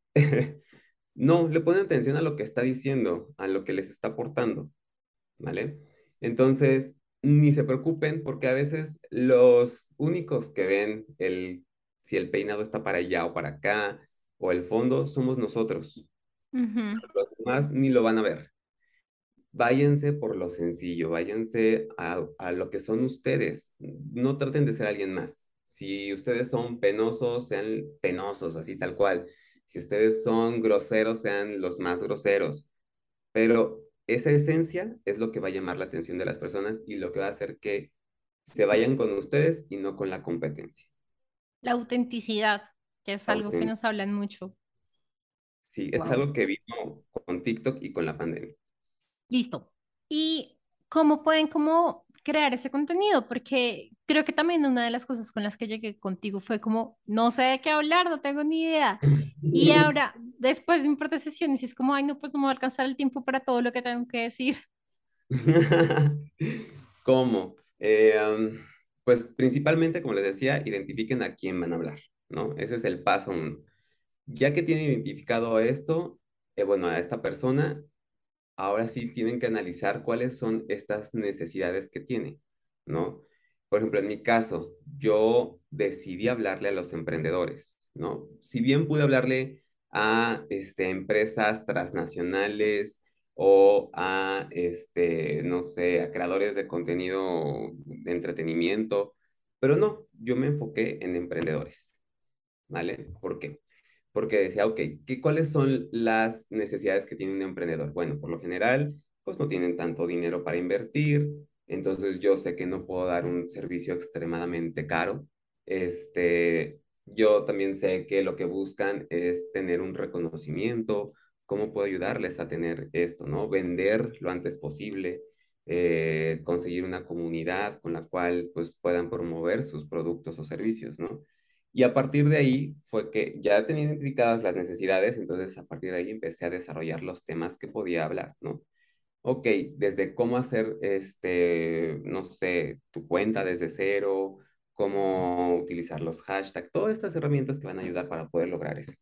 No, le ponen atención a lo que está diciendo, a lo que les está aportando, ¿vale? Entonces, ni se preocupen porque a veces los únicos que ven el, si el peinado está para allá o para acá o el fondo somos nosotros. Ujú. Los demás ni lo van a ver. Váyanse por lo sencillo, váyanse a, a lo que son ustedes. No traten de ser alguien más. Si ustedes son penosos, sean penosos, así tal cual. Si ustedes son groseros, sean los más groseros. Pero esa esencia es lo que va a llamar la atención de las personas y lo que va a hacer que se vayan con ustedes y no con la competencia. La autenticidad, que es algo que Auténtico. nos hablan mucho. Sí, es Wow. algo que vino con TikTok y con la pandemia. Listo. ¿Y cómo pueden como crear ese contenido? Porque creo que también una de las cosas con las que llegué contigo fue como, no sé de qué hablar, no tengo ni idea. Y ahora, después de un par de sesiones, es como, ay, no, pues no me va a alcanzar el tiempo para todo lo que tengo que decir. ¿Cómo? Eh, um, pues principalmente, como les decía, identifiquen a quién van a hablar, ¿no? Ese es el paso uno. Ya que tienen identificado esto, eh, bueno, a esta persona, ahora sí tienen que analizar cuáles son estas necesidades que tiene, ¿no? Por ejemplo, en mi caso, yo decidí hablarle a los emprendedores, ¿no? Si bien pude hablarle a este, empresas transnacionales o a, este, no sé, a creadores de contenido de entretenimiento, pero no, yo me enfoqué en emprendedores, ¿vale? ¿Por qué? Porque decía, ok, ¿qué, ¿cuáles son las necesidades que tiene un emprendedor? Bueno, por lo general, pues no tienen tanto dinero para invertir, entonces yo sé que no puedo dar un servicio extremadamente caro. Este, yo también sé que lo que buscan es tener un reconocimiento, cómo puedo ayudarles a tener esto, ¿no? Vender lo antes posible, eh, conseguir una comunidad con la cual pues puedan promover sus productos o servicios, ¿no? Y a partir de ahí fue que ya tenía identificadas las necesidades, entonces a partir de ahí empecé a desarrollar los temas que podía hablar, ¿no? Ok, desde cómo hacer, este, no sé, tu cuenta desde cero, cómo utilizar los hashtags, todas estas herramientas que van a ayudar para poder lograr eso.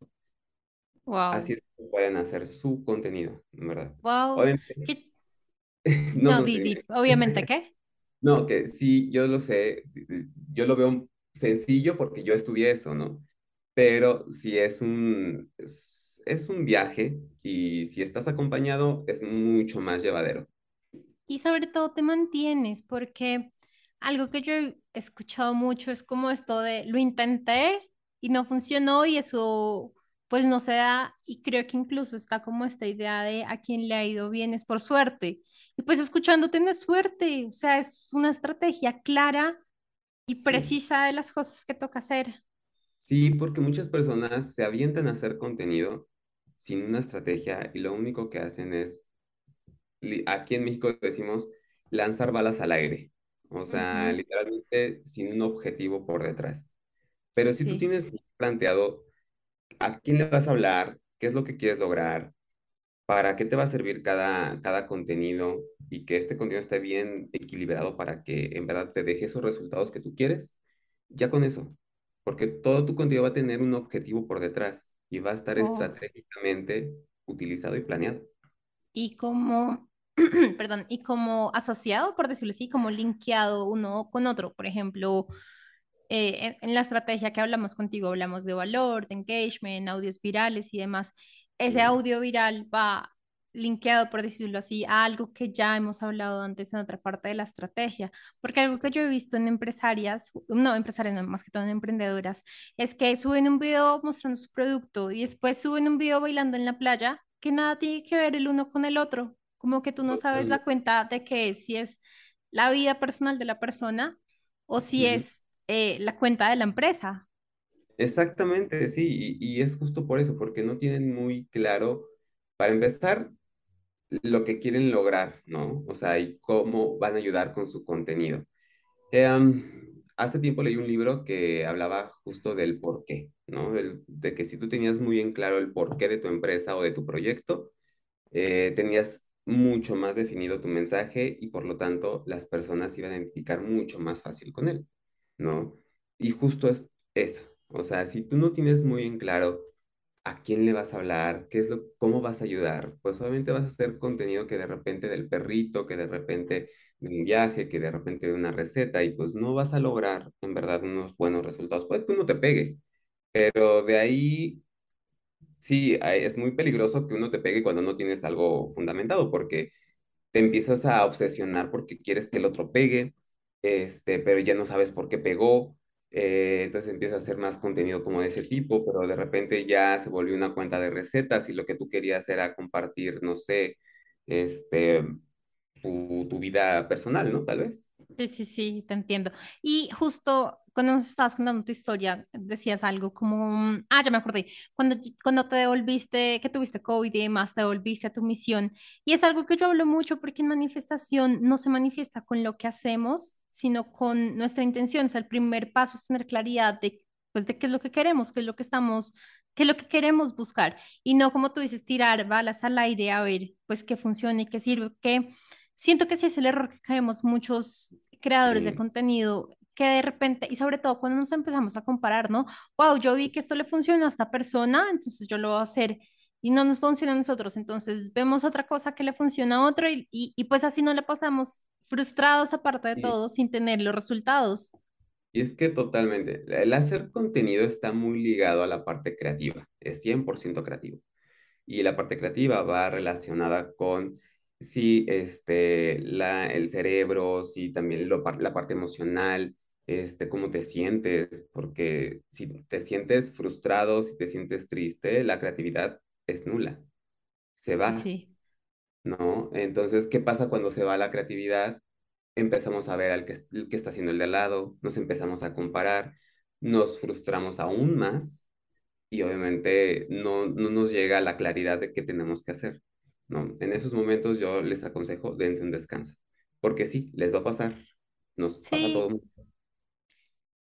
Así Wow, es que pueden hacer su contenido, en verdad. wow. Obviamente, ¿Qué? no, No, no, di, te di, dime. obviamente, ¿qué? No, que sí, yo lo sé, yo lo veo sencillo porque yo estudié eso, ¿no? Pero si es un, es, es un viaje y si estás acompañado es mucho más llevadero. Y sobre todo te mantienes, porque algo que yo he escuchado mucho es como esto de lo intenté y no funcionó y eso pues no se da y creo que incluso está como esta idea de a quien le ha ido bien es por suerte. Y pues escuchándote no es suerte, o sea, es una estrategia clara y Sí, precisa de las cosas que toca hacer. sí, porque muchas personas se avientan a hacer contenido sin una estrategia y lo único que hacen es, li- aquí en México decimos, lanzar balas al aire. O sea, Ujú. literalmente sin un objetivo por detrás. Sí, Pero si tú sí. tienes planteado a quién le vas a hablar, qué es lo que quieres lograr, para qué te va a servir cada, cada contenido y que este contenido esté bien equilibrado para que en verdad te deje esos resultados que tú quieres, ya con eso, porque todo tu contenido va a tener un objetivo por detrás y va a estar Oh. estratégicamente utilizado y planeado. Y como, perdón, y como asociado, por decirlo así, como linkeado uno con otro. Por ejemplo, eh, en, en la estrategia que hablamos contigo, hablamos de valor, de engagement, audios virales y demás. Ese Mm, audio viral va linkeado, por decirlo así, a algo que ya hemos hablado antes en otra parte de la estrategia. Porque algo que yo he visto en empresarias, no empresarias, no, más que todo en emprendedoras, es que suben un video mostrando su producto y después suben un video bailando en la playa que nada tiene que ver el uno con el otro. Como que tú no sabes la totalmente. cuenta de que es, si es la vida personal de la persona o si Ujú. es eh, la cuenta de la empresa. Exactamente, sí, y, y es justo por eso, porque no tienen muy claro, para empezar, lo que quieren lograr, ¿no? O sea, y cómo van a ayudar con su contenido. Eh, um, hace tiempo leí un libro que hablaba justo del por qué, ¿no? Del- de que si tú tenías muy en claro el porqué de tu empresa o de tu proyecto, eh, tenías mucho más definido tu mensaje y por lo tanto las personas iban a identificar mucho más fácil con él, ¿no? Y justo es eso. O sea, si tú no tienes muy en claro a quién le vas a hablar, qué es lo, cómo vas a ayudar, pues obviamente vas a hacer contenido que de repente del perrito, que de repente de un viaje, que de repente de una receta, y pues no vas a lograr en verdad unos buenos resultados. Puede que uno te pegue, pero de ahí sí, hay- es muy peligroso que uno te pegue cuando no tienes algo fundamentado, porque te empiezas a obsesionar porque quieres que el otro pegue, este, pero ya no sabes por qué pegó, eh, entonces empiezas a hacer más contenido como de ese tipo, pero de repente ya se volvió una cuenta de recetas y lo que tú querías era compartir, no sé, este, tu, tu vida personal, ¿no? Tal vez. Sí, sí, sí, te entiendo. Y justo cuando nos estabas contando tu historia, decías algo como, ah, ya me acordé, cuando, cuando te devolviste, que tuviste COVID y demás, te devolviste a tu misión. Y es algo que yo hablo mucho porque en manifestación no se manifiesta con lo que hacemos, sino con nuestra intención. O sea, el primer paso es tener claridad de, pues, de qué es lo que queremos, qué es lo que estamos, qué es lo que queremos buscar. Y no, como tú dices, tirar balas al aire a ver, pues, qué funciona y qué sirve, qué siento que sí es el error que caemos muchos creadores de Sí. contenido, que de repente, y sobre todo cuando nos empezamos a comparar, ¿no? Wow, yo vi que esto le funciona a esta persona, entonces yo lo voy a hacer y no nos funciona a nosotros, entonces vemos otra cosa que le funciona a otro y, y, y pues así no le pasamos frustrados aparte de Y, todo sin tener los resultados. y es que totalmente, el hacer contenido está muy ligado a la parte creativa, es cien por ciento creativo. Y la parte creativa va relacionada con si este, la, el cerebro, si también lo, par- la parte emocional, este, cómo te sientes, porque si te sientes frustrado, si te sientes triste, la creatividad es nula, se Sí, va, sí. ¿no? Entonces, ¿qué pasa cuando se va la creatividad? Empezamos a ver al que, el que está haciendo el de al lado, nos empezamos a comparar, nos frustramos aún más y obviamente no, no nos llega la claridad de qué tenemos que hacer, ¿no? En esos momentos yo les aconsejo, dense un descanso, porque sí, les va a pasar, nos pasa a todo Sí, mundo.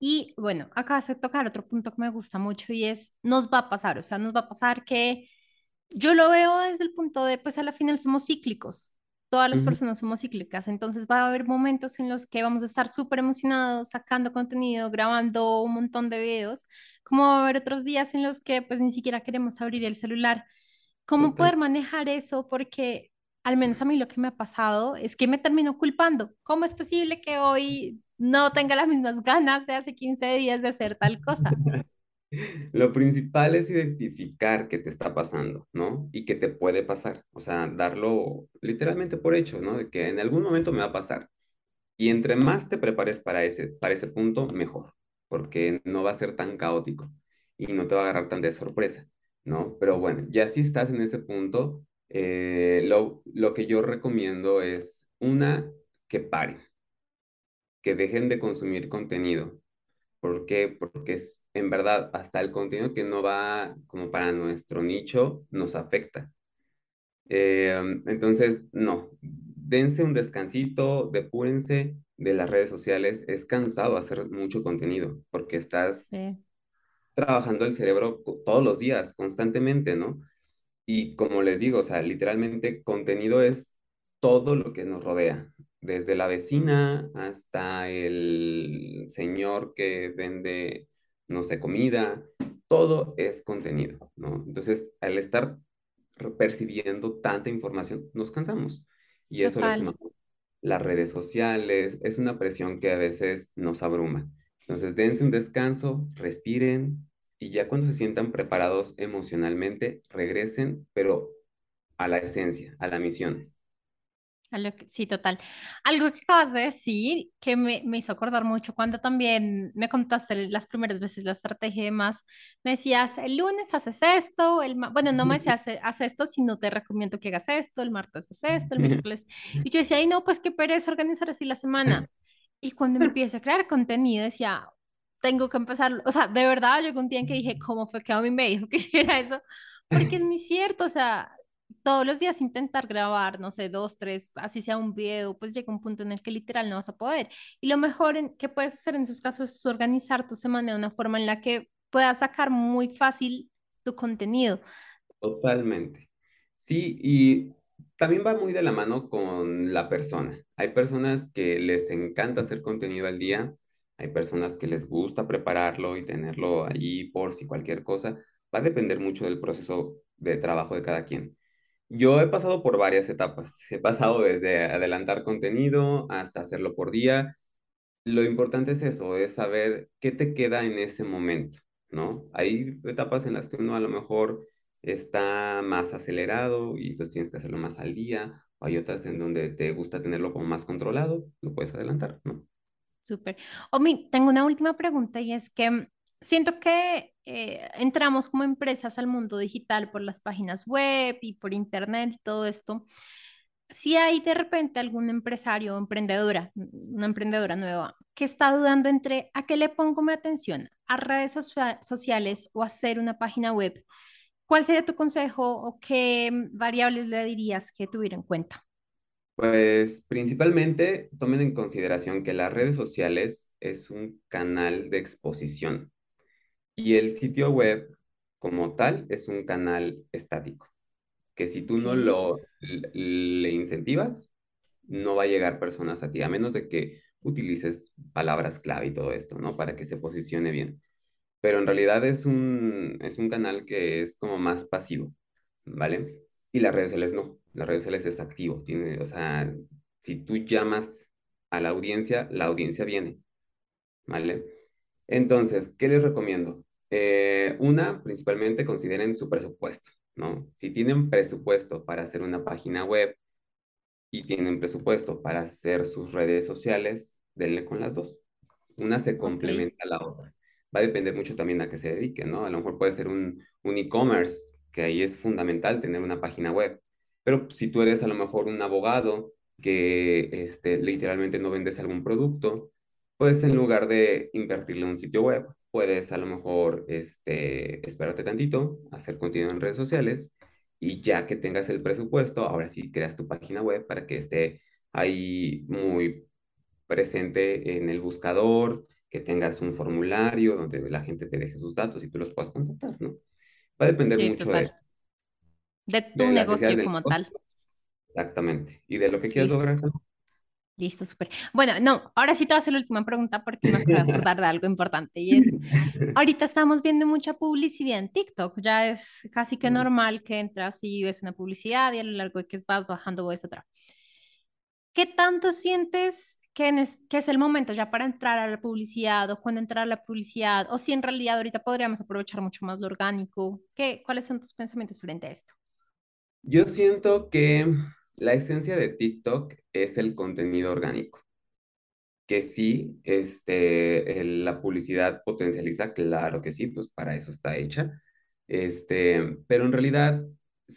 Y bueno, acabas de tocar otro punto que me gusta mucho y es, nos va a pasar, o sea, nos va a pasar que yo lo veo desde el punto de, pues a la final somos cíclicos, todas las Ujú, personas somos cíclicas, entonces va a haber momentos en los que vamos a estar súper emocionados, sacando contenido, grabando un montón de videos, como va a haber otros días en los que pues ni siquiera queremos abrir el celular. ¿Cómo total. poder manejar eso? Porque al menos a mí lo que me ha pasado es que me termino culpando. ¿Cómo es posible que hoy no tenga las mismas ganas de hace quince días de hacer tal cosa? Lo principal es identificar qué te está pasando, ¿no? Y qué te puede pasar. O sea, darlo literalmente por hecho, ¿no? De que en algún momento me va a pasar. Y entre más te prepares para ese, para ese punto, mejor, porque no va a ser tan caótico y no te va a agarrar tan de sorpresa, ¿no? Pero bueno, ya si estás en ese punto, eh, lo, lo que yo recomiendo es una, que paren, que dejen de consumir contenido. ¿Por qué? Porque es, en verdad, hasta el contenido que no va como para nuestro nicho nos afecta. Eh, entonces, no, dense un descansito, depúrense de las redes sociales. Es cansado hacer mucho contenido porque estás Sí, trabajando el cerebro co- todos los días, constantemente, ¿no? Y como les digo, o sea, literalmente contenido es todo lo que nos rodea, desde la vecina hasta el señor que vende, no sé, comida, todo es contenido, ¿no? Entonces, al estar re- percibiendo tanta información, nos cansamos y eso le total. suma las redes sociales, es una presión que a veces nos abruma. Entonces, dense un descanso, respiren y ya cuando se sientan preparados emocionalmente, regresen, pero a la esencia, a la misión. A lo que- sí, total. Algo que acabas de decir que me, me hizo acordar mucho cuando también me contaste las primeras veces la estrategia y demás. Me decías, el lunes haces esto, el ma- bueno, no me decías, "Eh, haz esto, sino te recomiendo que hagas esto, el martes haces esto, el miércoles". Y yo decía, ay, no, pues qué pereza organizar así la semana. Y cuando empiezo a crear contenido, decía, tengo que empezar, o sea, de verdad, llegó un día en que dije, ¿cómo fue que a mí me dijo que hiciera eso? Porque es muy cierto, o sea, todos los días intentar grabar, no sé, dos, tres, así sea un video, pues llega un punto en el que literal no vas a poder. Y lo mejor en, que puedes hacer en esos casos es organizar tu semana de una forma en la que puedas sacar muy fácil tu contenido. Totalmente. Sí, y también va muy de la mano con la persona. Hay personas que les encanta hacer contenido al día, hay personas que les gusta prepararlo y tenerlo allí por si cualquier cosa. Va a depender mucho del proceso de trabajo de cada quien. Yo he pasado por varias etapas. He pasado desde adelantar contenido hasta hacerlo por día. Lo importante es eso, es saber qué te queda en ese momento, ¿no? Hay etapas en las que uno a lo mejor está más acelerado y entonces tienes que hacerlo más al día, o hay otras en donde te gusta tenerlo como más controlado, lo puedes adelantar, ¿no? Súper. Omi, tengo una última pregunta y es que mm, siento que eh, entramos como empresas al mundo digital por las páginas web y por internet y todo esto. Si hay de repente algún empresario o emprendedora, mm, una emprendedora nueva, que está dudando entre a qué le pongo mi atención, a redes socia- sociales o hacer una página web, ¿cuál sería tu consejo o qué mm, variables le dirías que tuviera en cuenta? Pues principalmente tomen en consideración que las redes sociales es un canal de exposición y el sitio web como tal es un canal estático, que si tú Ok, no lo le le incentivas, no va a llegar personas a ti, a menos de que utilices palabras clave y todo esto, ¿no? Para que se posicione bien. Pero en realidad es un, es un canal que es como más pasivo, ¿vale? Y las redes sociales no, las redes sociales es activo, tiene, o sea, si tú llamas a la audiencia, la audiencia viene, ¿vale? Entonces, ¿qué les recomiendo? Eh, una, principalmente consideren su presupuesto, ¿no? Si tienen presupuesto para hacer una página web y tienen presupuesto para hacer sus redes sociales, denle con las dos. Una se ok, complementa a la otra. Va a depender mucho también a qué se dedique, ¿no? A lo mejor puede ser un, un e-commerce, que ahí es fundamental tener una página web. Pero si tú eres a lo mejor un abogado que este, literalmente no vendes algún producto, pues en lugar de invertirle en un sitio web, puedes a lo mejor este, esperarte tantito, hacer contenido en redes sociales y ya que tengas el presupuesto, ahora sí creas tu página web para que esté ahí muy presente en el buscador, que tengas un formulario donde la gente te deje sus datos y tú los puedas contactar, ¿no? Va a depender Sí, mucho de, total. De tu de las necesidades negocio del como tal. negocio, exactamente, y de lo que quieras Listo. lograr. ¿No? Listo, súper. Bueno, no, ahora sí te voy a hacer la última pregunta porque me acabo de acordar de algo importante y es, ahorita estamos viendo mucha publicidad en TikTok, ya es casi que normal que entras y ves una publicidad y a lo largo de que vas bajando ves otra. ¿Qué tanto sientes que, en es, que es el momento ya para entrar a la publicidad o cuando entrar a la publicidad o si en realidad ahorita podríamos aprovechar mucho más lo orgánico? ¿Qué, cuáles son tus pensamientos frente a esto? Yo siento que la esencia de TikTok es el contenido orgánico, que sí, este, el- la publicidad potencializa, claro que sí, pues para eso está hecha, este, pero en realidad,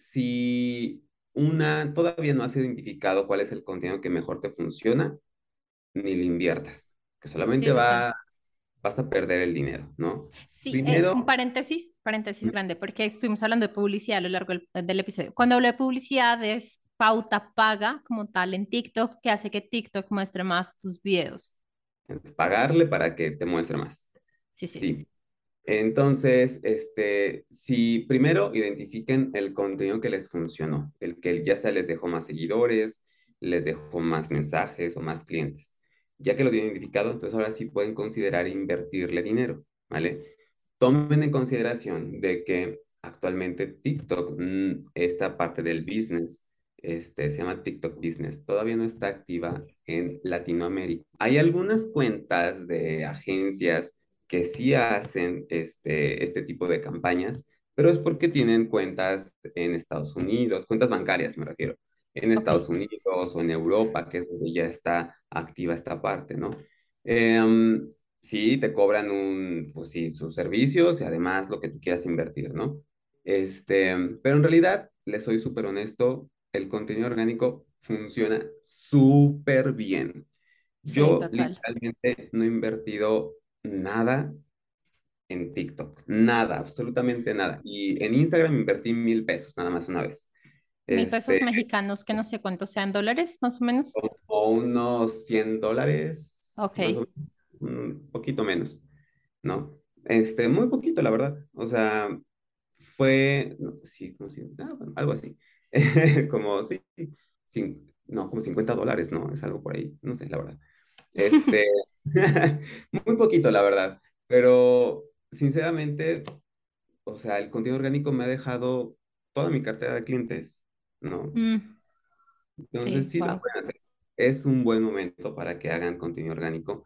si una todavía no has identificado cuál es el contenido que mejor te funciona, ni le inviertas, que Sí, solamente total. va, vas a perder el dinero, ¿no? Sí, eh, un Primero, paréntesis, paréntesis grande, porque estuvimos hablando de publicidad a lo largo del, del episodio. Cuando hablo de publicidad es pauta paga como tal en TikTok, que hace que TikTok muestre más tus videos. pagarle para que te muestre más. Sí, sí. Sí. Entonces, este, si primero identifiquen el contenido que les funcionó, el que ya sea les dejó más seguidores, les dejó más mensajes o más clientes. Ya que lo tienen identificado, entonces ahora sí pueden considerar invertirle dinero, ¿vale? Tomen en consideración de que actualmente TikTok, mm, esta parte del business, este, se llama TikTok Business, todavía no está activa en Latinoamérica. Hay algunas cuentas de agencias que sí hacen este, este tipo de campañas, pero es porque tienen cuentas en Estados Unidos, cuentas bancarias me refiero, en Ok. Estados Unidos o en Europa, que es donde ya está activa esta parte, ¿no? Em, sí, te cobran un, pues sí, sus servicios y además lo que tú quieras invertir, ¿no? Este, pero en realidad, les soy súper honesto, el contenido orgánico funciona súper bien. Sí, Yo total. literalmente no he invertido nada en TikTok, nada, absolutamente nada. Y en Instagram invertí mil pesos, nada más una vez. Mil pesos Este, mexicanos, que no sé cuántos sean dólares, más o menos. o unos cien dólares, Ok. más o menos, un poquito menos, ¿no? Este, muy poquito, la verdad. O sea, fue, no, sí, como si, ah, bueno, algo así. Como, sí, cin- no, como cincuenta dólares, ¿no? Es algo por ahí, no sé, la verdad. Este, muy poquito, la verdad, pero sinceramente, o sea, el contenido orgánico me ha dejado toda mi cartera de clientes, ¿no? Mm, Entonces, sí, sí lo wow. pueden hacer. Es un buen momento para que hagan contenido orgánico.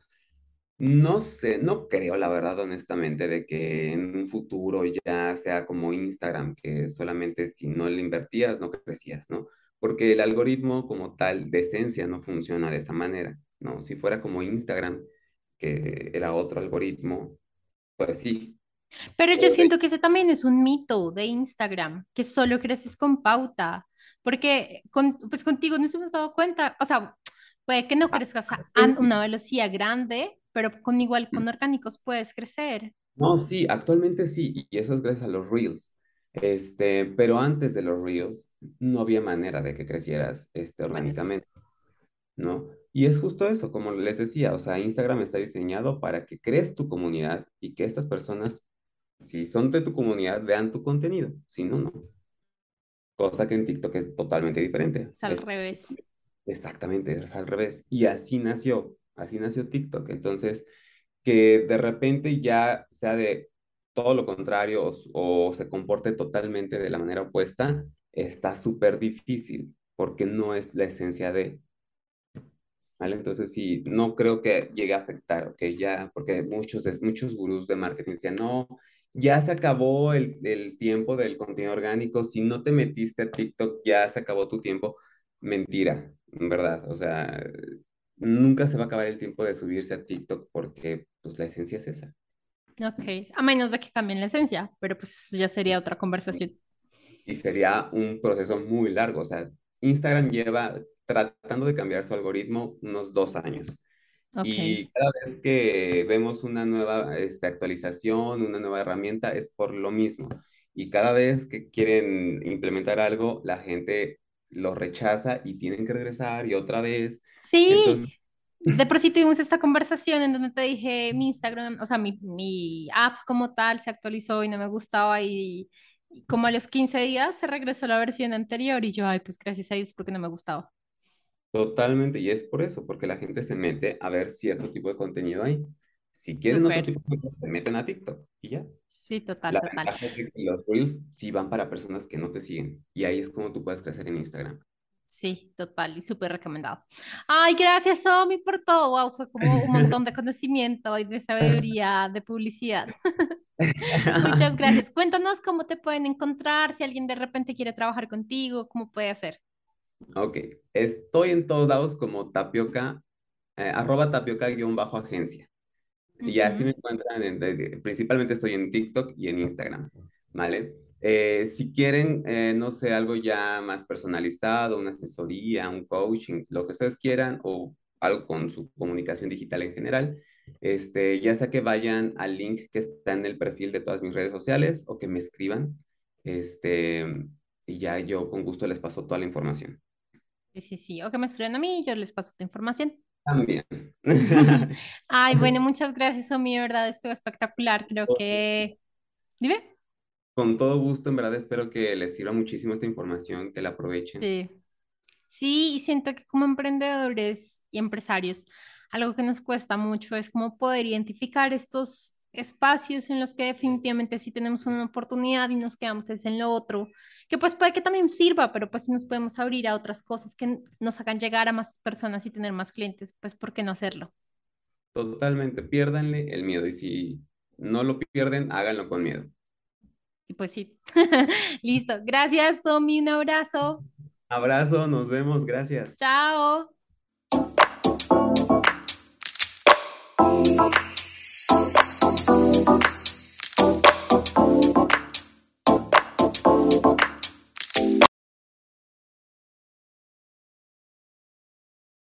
No sé, no creo, la verdad, honestamente, de que en un futuro ya sea como Instagram, que solamente si no le invertías, no crecías, ¿no? Porque el algoritmo como tal de esencia no funciona de esa manera, ¿no? Si fuera como Instagram, que era otro algoritmo, pues sí. Pero yo Podría- siento que ese también es un mito de Instagram, que solo creces con pauta, porque con, pues contigo nos hemos dado cuenta, o sea, puede que no Ah, crezcas a, a pues sí. una velocidad grande, pero con igual con orgánicos puedes crecer. No, sí, actualmente sí, y eso es gracias a los Reels. Este, pero antes de los Reels no había manera de que crecieras este, Bueno, sí. orgánicamente. ¿No? Y es justo eso, como les decía, o sea, Instagram está diseñado para que crees tu comunidad y que estas personas, si son de tu comunidad, vean tu contenido, si no, no. Cosa que en TikTok es totalmente diferente. Es al Es revés. exactamente, es al revés. Y así nació, así nació TikTok. Entonces, que de repente ya sea de todo lo contrario o, o se comporte totalmente de la manera opuesta, está súper difícil porque no es la esencia de... ¿Vale? Entonces, sí, no creo que llegue a afectar, ¿ok? Ya, porque muchos, de- muchos gurús de marketing decían, no, ya se acabó el, el tiempo del contenido orgánico, si no te metiste a TikTok, ya se acabó tu tiempo. Mentira, en verdad, o sea, nunca se va a acabar el tiempo de subirse a TikTok porque, pues, la esencia es esa. Ok, a menos de que cambien la esencia, pero pues ya sería otra conversación. Y sería un proceso muy largo, o sea, Instagram lleva tratando de cambiar su algoritmo unos dos años. Ok. Y cada vez que vemos una nueva este, actualización, una nueva herramienta, es por lo mismo. Y cada vez que quieren implementar algo, la gente lo rechaza y tienen que regresar y otra vez. Sí, Entonces, De por sí tuvimos esta conversación en donde te dije mi Instagram, o sea, mi, mi app como tal se actualizó y no me gustaba y, y como a los quince días se regresó a la versión anterior y yo, ay, pues gracias a Dios porque no me gustaba. Totalmente, y es por eso, porque la gente se mete a ver cierto tipo de contenido ahí. Si quieren otro Súper, tipo de contenido, se meten a TikTok y ya. sí, total, La total. ventaja es de que los Reels sí van para personas que no te siguen, y ahí es como tú puedes crecer en Instagram. Sí, total y súper recomendado. Ay, gracias, Somi, por todo. Wow, fue como un montón de conocimiento y de sabiduría de publicidad. Muchas gracias. Cuéntanos cómo te pueden encontrar, si alguien de repente quiere trabajar contigo, cómo puede hacer. Ok, estoy en todos lados como tapioca, eh, arroba tapioca-agencia. Y así me Ujú. encuentran, en- de- principalmente estoy en TikTok y en Instagram, ¿vale? Eh, si quieren, eh, no sé, algo ya más personalizado, una asesoría, un coaching, lo que ustedes quieran, o algo con su comunicación digital en general, este, ya sea que vayan al link que está en el perfil de todas mis redes sociales o que me escriban, este, y ya yo con gusto les paso toda la información. Sí, sí, sí. O que me escriban a mí y yo les paso tu información. También. Ay, bueno, muchas gracias, Somi, de verdad, estuvo espectacular. Creo que... Dime. Con todo gusto, en verdad espero que les sirva muchísimo esta información, que la aprovechen. Sí. Sí, y siento que como emprendedores y empresarios, algo que nos cuesta mucho es como poder identificar estos espacios en los que definitivamente sí tenemos una oportunidad y nos quedamos es en lo otro, que pues puede que también sirva, pero pues si nos podemos abrir a otras cosas que nos hagan llegar a más personas y tener más clientes, pues ¿por qué no hacerlo? Totalmente, piérdanle el miedo y si no lo pierden, háganlo con miedo. Y pues sí. Listo. Gracias, Somi. Un abrazo. Abrazo, nos vemos, gracias. Chao.